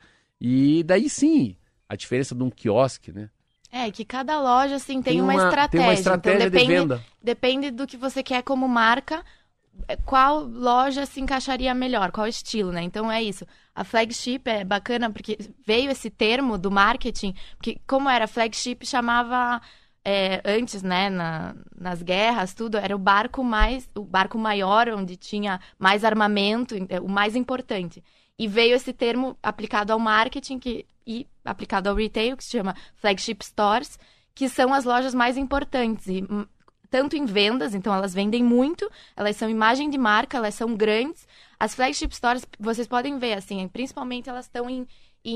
E daí sim, a diferença de um quiosque, né? É, que cada loja, assim, tem, Tem uma, uma- estratégia. tem uma estratégia então, de depende, venda. Depende do que você quer como marca, é, qual loja se encaixaria melhor, qual estilo, né? Então, é isso. A flagship é bacana porque veio esse termo do marketing, porque como era flagship, chamava... é, antes, né, na- nas guerras, tudo, era o barco mais, o barco maior, onde tinha mais armamento, é, o mais importante. E veio esse termo aplicado ao marketing que, e aplicado ao retail, que se chama flagship stores, que são as lojas mais importantes. E, hum, tanto em vendas, então elas vendem muito, elas são imagem de marca, elas são grandes. As flagship stores, vocês podem ver, assim, principalmente elas estão em,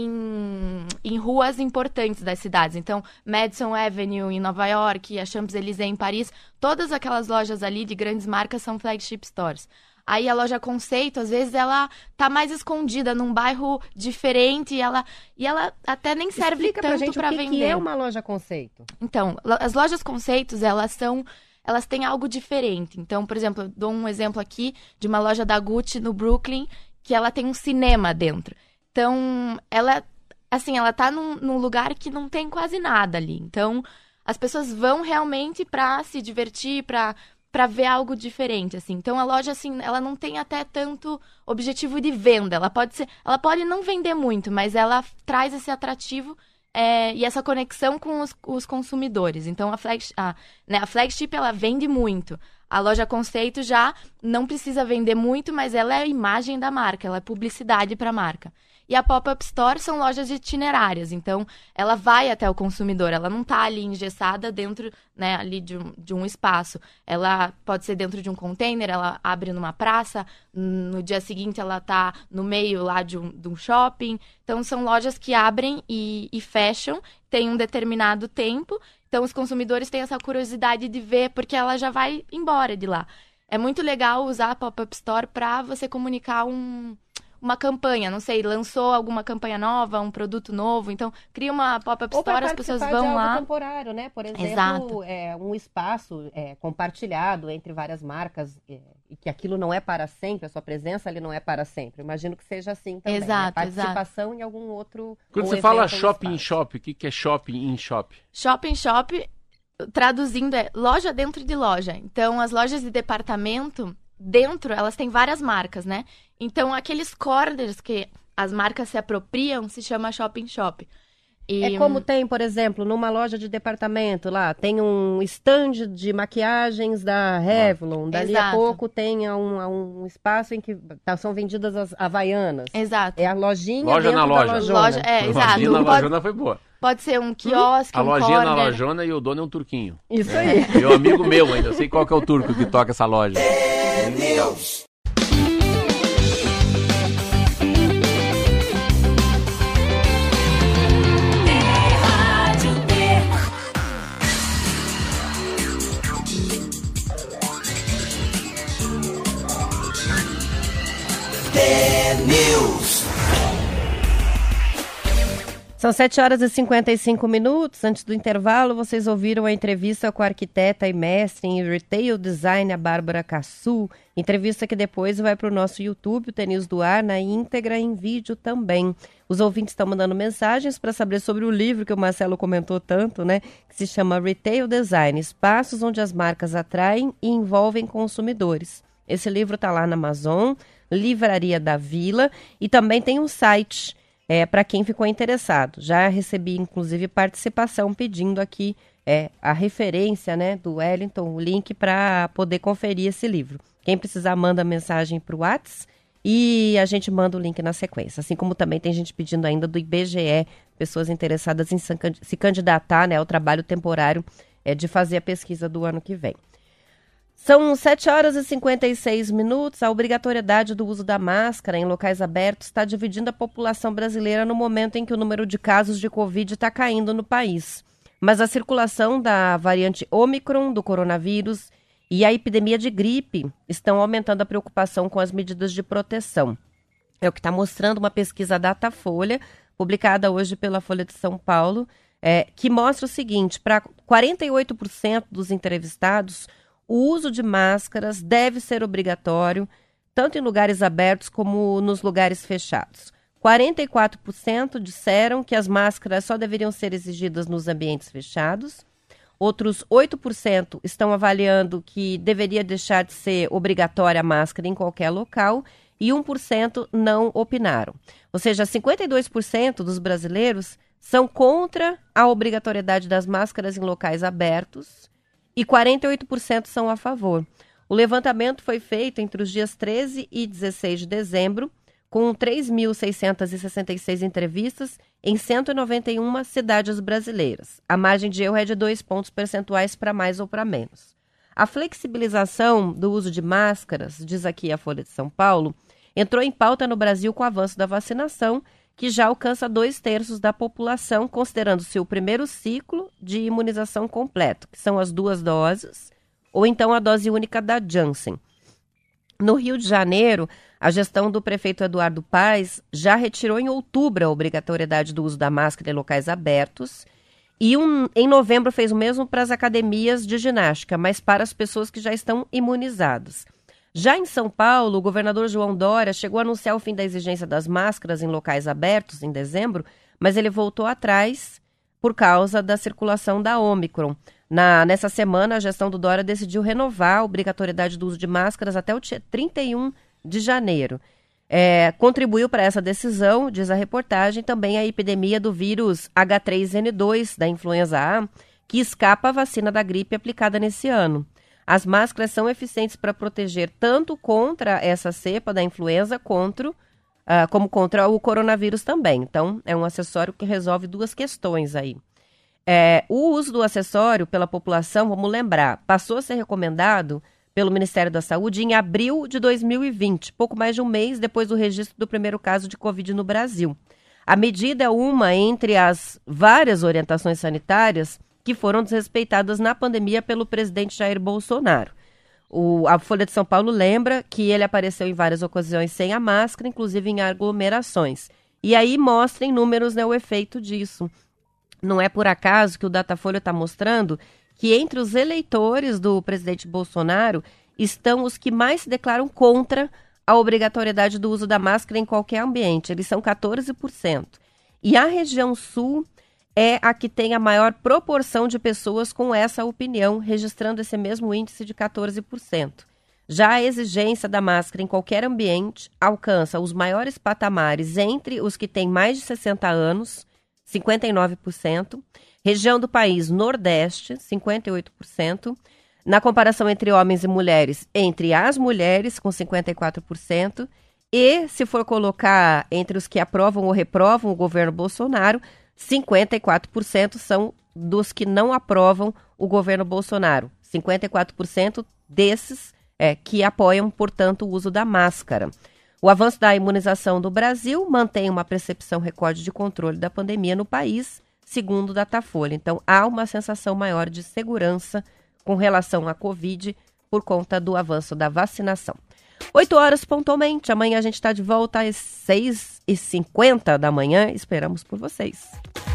em, em ruas importantes das cidades. Então, Madison Avenue em Nova York, a Champs-Élysées em Paris, todas aquelas lojas ali de grandes marcas são flagship stores. Aí a loja conceito, às vezes, ela tá mais escondida num bairro diferente e ela, e ela até nem serve Explica pra tanto gente para o que, vender. que é uma loja conceito. Então, lo- as lojas conceitos, elas são, elas têm algo diferente. Então, por exemplo, eu dou um exemplo aqui de uma loja da Gucci no Brooklyn, que ela tem um cinema dentro. Então, ela, assim, ela tá num, num lugar que não tem quase nada ali. Então, as pessoas vão realmente pra se divertir, pra para ver algo diferente, assim. Então, a loja, assim, ela não tem até tanto objetivo de venda. Ela pode ser, ela pode não vender muito, mas ela traz esse atrativo é, e essa conexão com os, os consumidores. Então, a, flag, a, né, a flagship, ela vende muito. A loja conceito já não precisa vender muito, mas ela é a imagem da marca, ela é publicidade para a marca. E a pop-up store são lojas itinerárias, então ela vai até o consumidor, ela não está ali engessada dentro, né, ali de um, de um espaço. Ela pode ser dentro de um container, ela abre numa praça, no dia seguinte ela está no meio lá de um, de um shopping. Então são lojas que abrem e, e fecham, tem um determinado tempo, então os consumidores têm essa curiosidade de ver, porque ela já vai embora de lá. É muito legal usar a pop-up store para você comunicar um... uma campanha, não sei, lançou alguma campanha nova, um produto novo, então cria uma pop-up store, as pessoas vão de algo lá. temporário, né? Por exemplo, Exato. É, um espaço é, compartilhado entre várias marcas é, e que aquilo não é para sempre, a sua presença ali não é para sempre. Imagino que seja assim também. Exato, né? Participação em algum outro. Quando um você fala evento ou shopping in espaço. shop, o que, que é shopping in shop? Shopping shop, traduzindo, é loja dentro de loja. Então, as lojas de departamento, dentro, elas têm várias marcas, né? Então, aqueles corners que as marcas se apropriam se chama shopping shop. E... É como tem, por exemplo, numa loja de departamento lá, tem um stand de maquiagens da Revlon, dali a Exato. pouco tem um, um espaço em que tá- são vendidas as havaianas. Exato. É a lojinha Loja dentro na da loja. lojona. Loja, é, A exato. lojinha na Pode, lojona foi boa. pode ser um quiosque, A um lojinha na corner. lojona e o dono é um turquinho. Isso aí. Meu amigo meu ainda, eu sei qual que é o turco que toca essa loja. Rádio T. São sete horas e cinquenta e cinco minutos. Antes do intervalo, vocês ouviram a entrevista com a arquiteta e mestre em Retail Design, a Bárbara Cassu. Entrevista que depois vai para o nosso YouTube, o T News do Ar, na íntegra em vídeo também. Os ouvintes estão mandando mensagens para saber sobre o livro que o Marcelo comentou tanto, né? Que se chama Retail Design, espaços onde as marcas atraem e envolvem consumidores. Esse livro está lá na Amazon, Livraria da Vila, e também tem um site... É, para quem ficou interessado. Já recebi, inclusive, participação pedindo aqui é, a referência, né, do Wellington, o link para poder conferir esse livro. Quem precisar, manda mensagem para o WhatsApp e a gente manda o link na sequência. Assim como também tem gente pedindo ainda do I B G E, pessoas interessadas em se candidatar, né, ao trabalho temporário é, de fazer a pesquisa do ano que vem. São sete horas e cinquenta e seis minutos. A obrigatoriedade do uso da máscara em locais abertos está dividindo a população brasileira no momento em que o número de casos de Covid está caindo no país. Mas a circulação da variante Ômicron do coronavírus e a epidemia de gripe estão aumentando a preocupação com as medidas de proteção. É o que está mostrando uma pesquisa Datafolha, publicada hoje pela Folha de São Paulo, é, que mostra o seguinte: para quarenta e oito por cento dos entrevistados, o uso de máscaras deve ser obrigatório, tanto em lugares abertos como nos lugares fechados. quarenta e quatro por cento disseram que as máscaras só deveriam ser exigidas nos ambientes fechados. Outros oito por cento estão avaliando que deveria deixar de ser obrigatória a máscara em qualquer local e um por cento não opinaram. Ou seja, cinquenta e dois por cento dos brasileiros são contra a obrigatoriedade das máscaras em locais abertos e quarenta e oito por cento são a favor. O levantamento foi feito entre os dias treze e dezesseis de dezembro, com três mil seiscentas e sessenta e seis entrevistas em cento e noventa e uma cidades brasileiras. A margem de erro é de dois pontos percentuais para mais ou para menos. A flexibilização do uso de máscaras, diz aqui a Folha de São Paulo, entrou em pauta no Brasil com o avanço da vacinação, que já alcança dois terços da população, considerando-se o primeiro ciclo de imunização completo, que são as duas doses, ou então a dose única da Janssen. No Rio de Janeiro, a gestão do prefeito Eduardo Paes já retirou em outubro a obrigatoriedade do uso da máscara em locais abertos e um, em novembro fez o mesmo para as academias de ginástica, mas para as pessoas que já estão imunizadas. Já em São Paulo, o governador João Dória chegou a anunciar o fim da exigência das máscaras em locais abertos em dezembro, mas ele voltou atrás por causa da circulação da Ômicron. Na, nessa semana, a gestão do Dória decidiu renovar a obrigatoriedade do uso de máscaras até o dia trinta e um de janeiro. É, contribuiu para essa decisão, diz a reportagem, também a epidemia do vírus agá três ene dois, da influenza A, que escapa à vacina da gripe aplicada nesse ano. as máscaras são eficientes para proteger tanto contra essa cepa da influenza, contra, uh, como contra o coronavírus também. Então, é um acessório que resolve duas questões aí. É, o uso do acessório pela população, vamos lembrar, passou a ser recomendado pelo Ministério da Saúde em abril de dois mil e vinte, pouco mais de um mês depois do registro do primeiro caso de Covid no Brasil. A medida é uma entre as várias orientações sanitárias que foram desrespeitadas na pandemia pelo presidente Jair Bolsonaro. O, a Folha de São Paulo lembra que ele apareceu em várias ocasiões sem a máscara, inclusive em aglomerações. E aí mostra em números, né, o efeito disso. Não é por acaso que o Datafolha está mostrando que entre os eleitores do presidente Bolsonaro estão os que mais se declaram contra a obrigatoriedade do uso da máscara em qualquer ambiente. Eles são quatorze por cento. E a região sul é a que tem a maior proporção de pessoas com essa opinião, registrando esse mesmo índice de quatorze por cento. Já a exigência da máscara em qualquer ambiente alcança os maiores patamares entre os que têm mais de sessenta anos, cinquenta e nove por cento, região do país Nordeste, cinquenta e oito por cento, na comparação entre homens e mulheres, entre as mulheres, com cinquenta e quatro por cento, e se for colocar entre os que aprovam ou reprovam o governo Bolsonaro, cinquenta e quatro por cento são dos que não aprovam o governo Bolsonaro, cinquenta e quatro por cento desses é, que apoiam, portanto, o uso da máscara. O avanço da imunização do Brasil mantém uma percepção recorde de controle da pandemia no país, segundo o Datafolha. Então, há uma sensação maior de segurança com relação à Covid por conta do avanço da vacinação. oito horas pontualmente. Amanhã a gente está de volta às seis e cinquenta da manhã. Esperamos por vocês.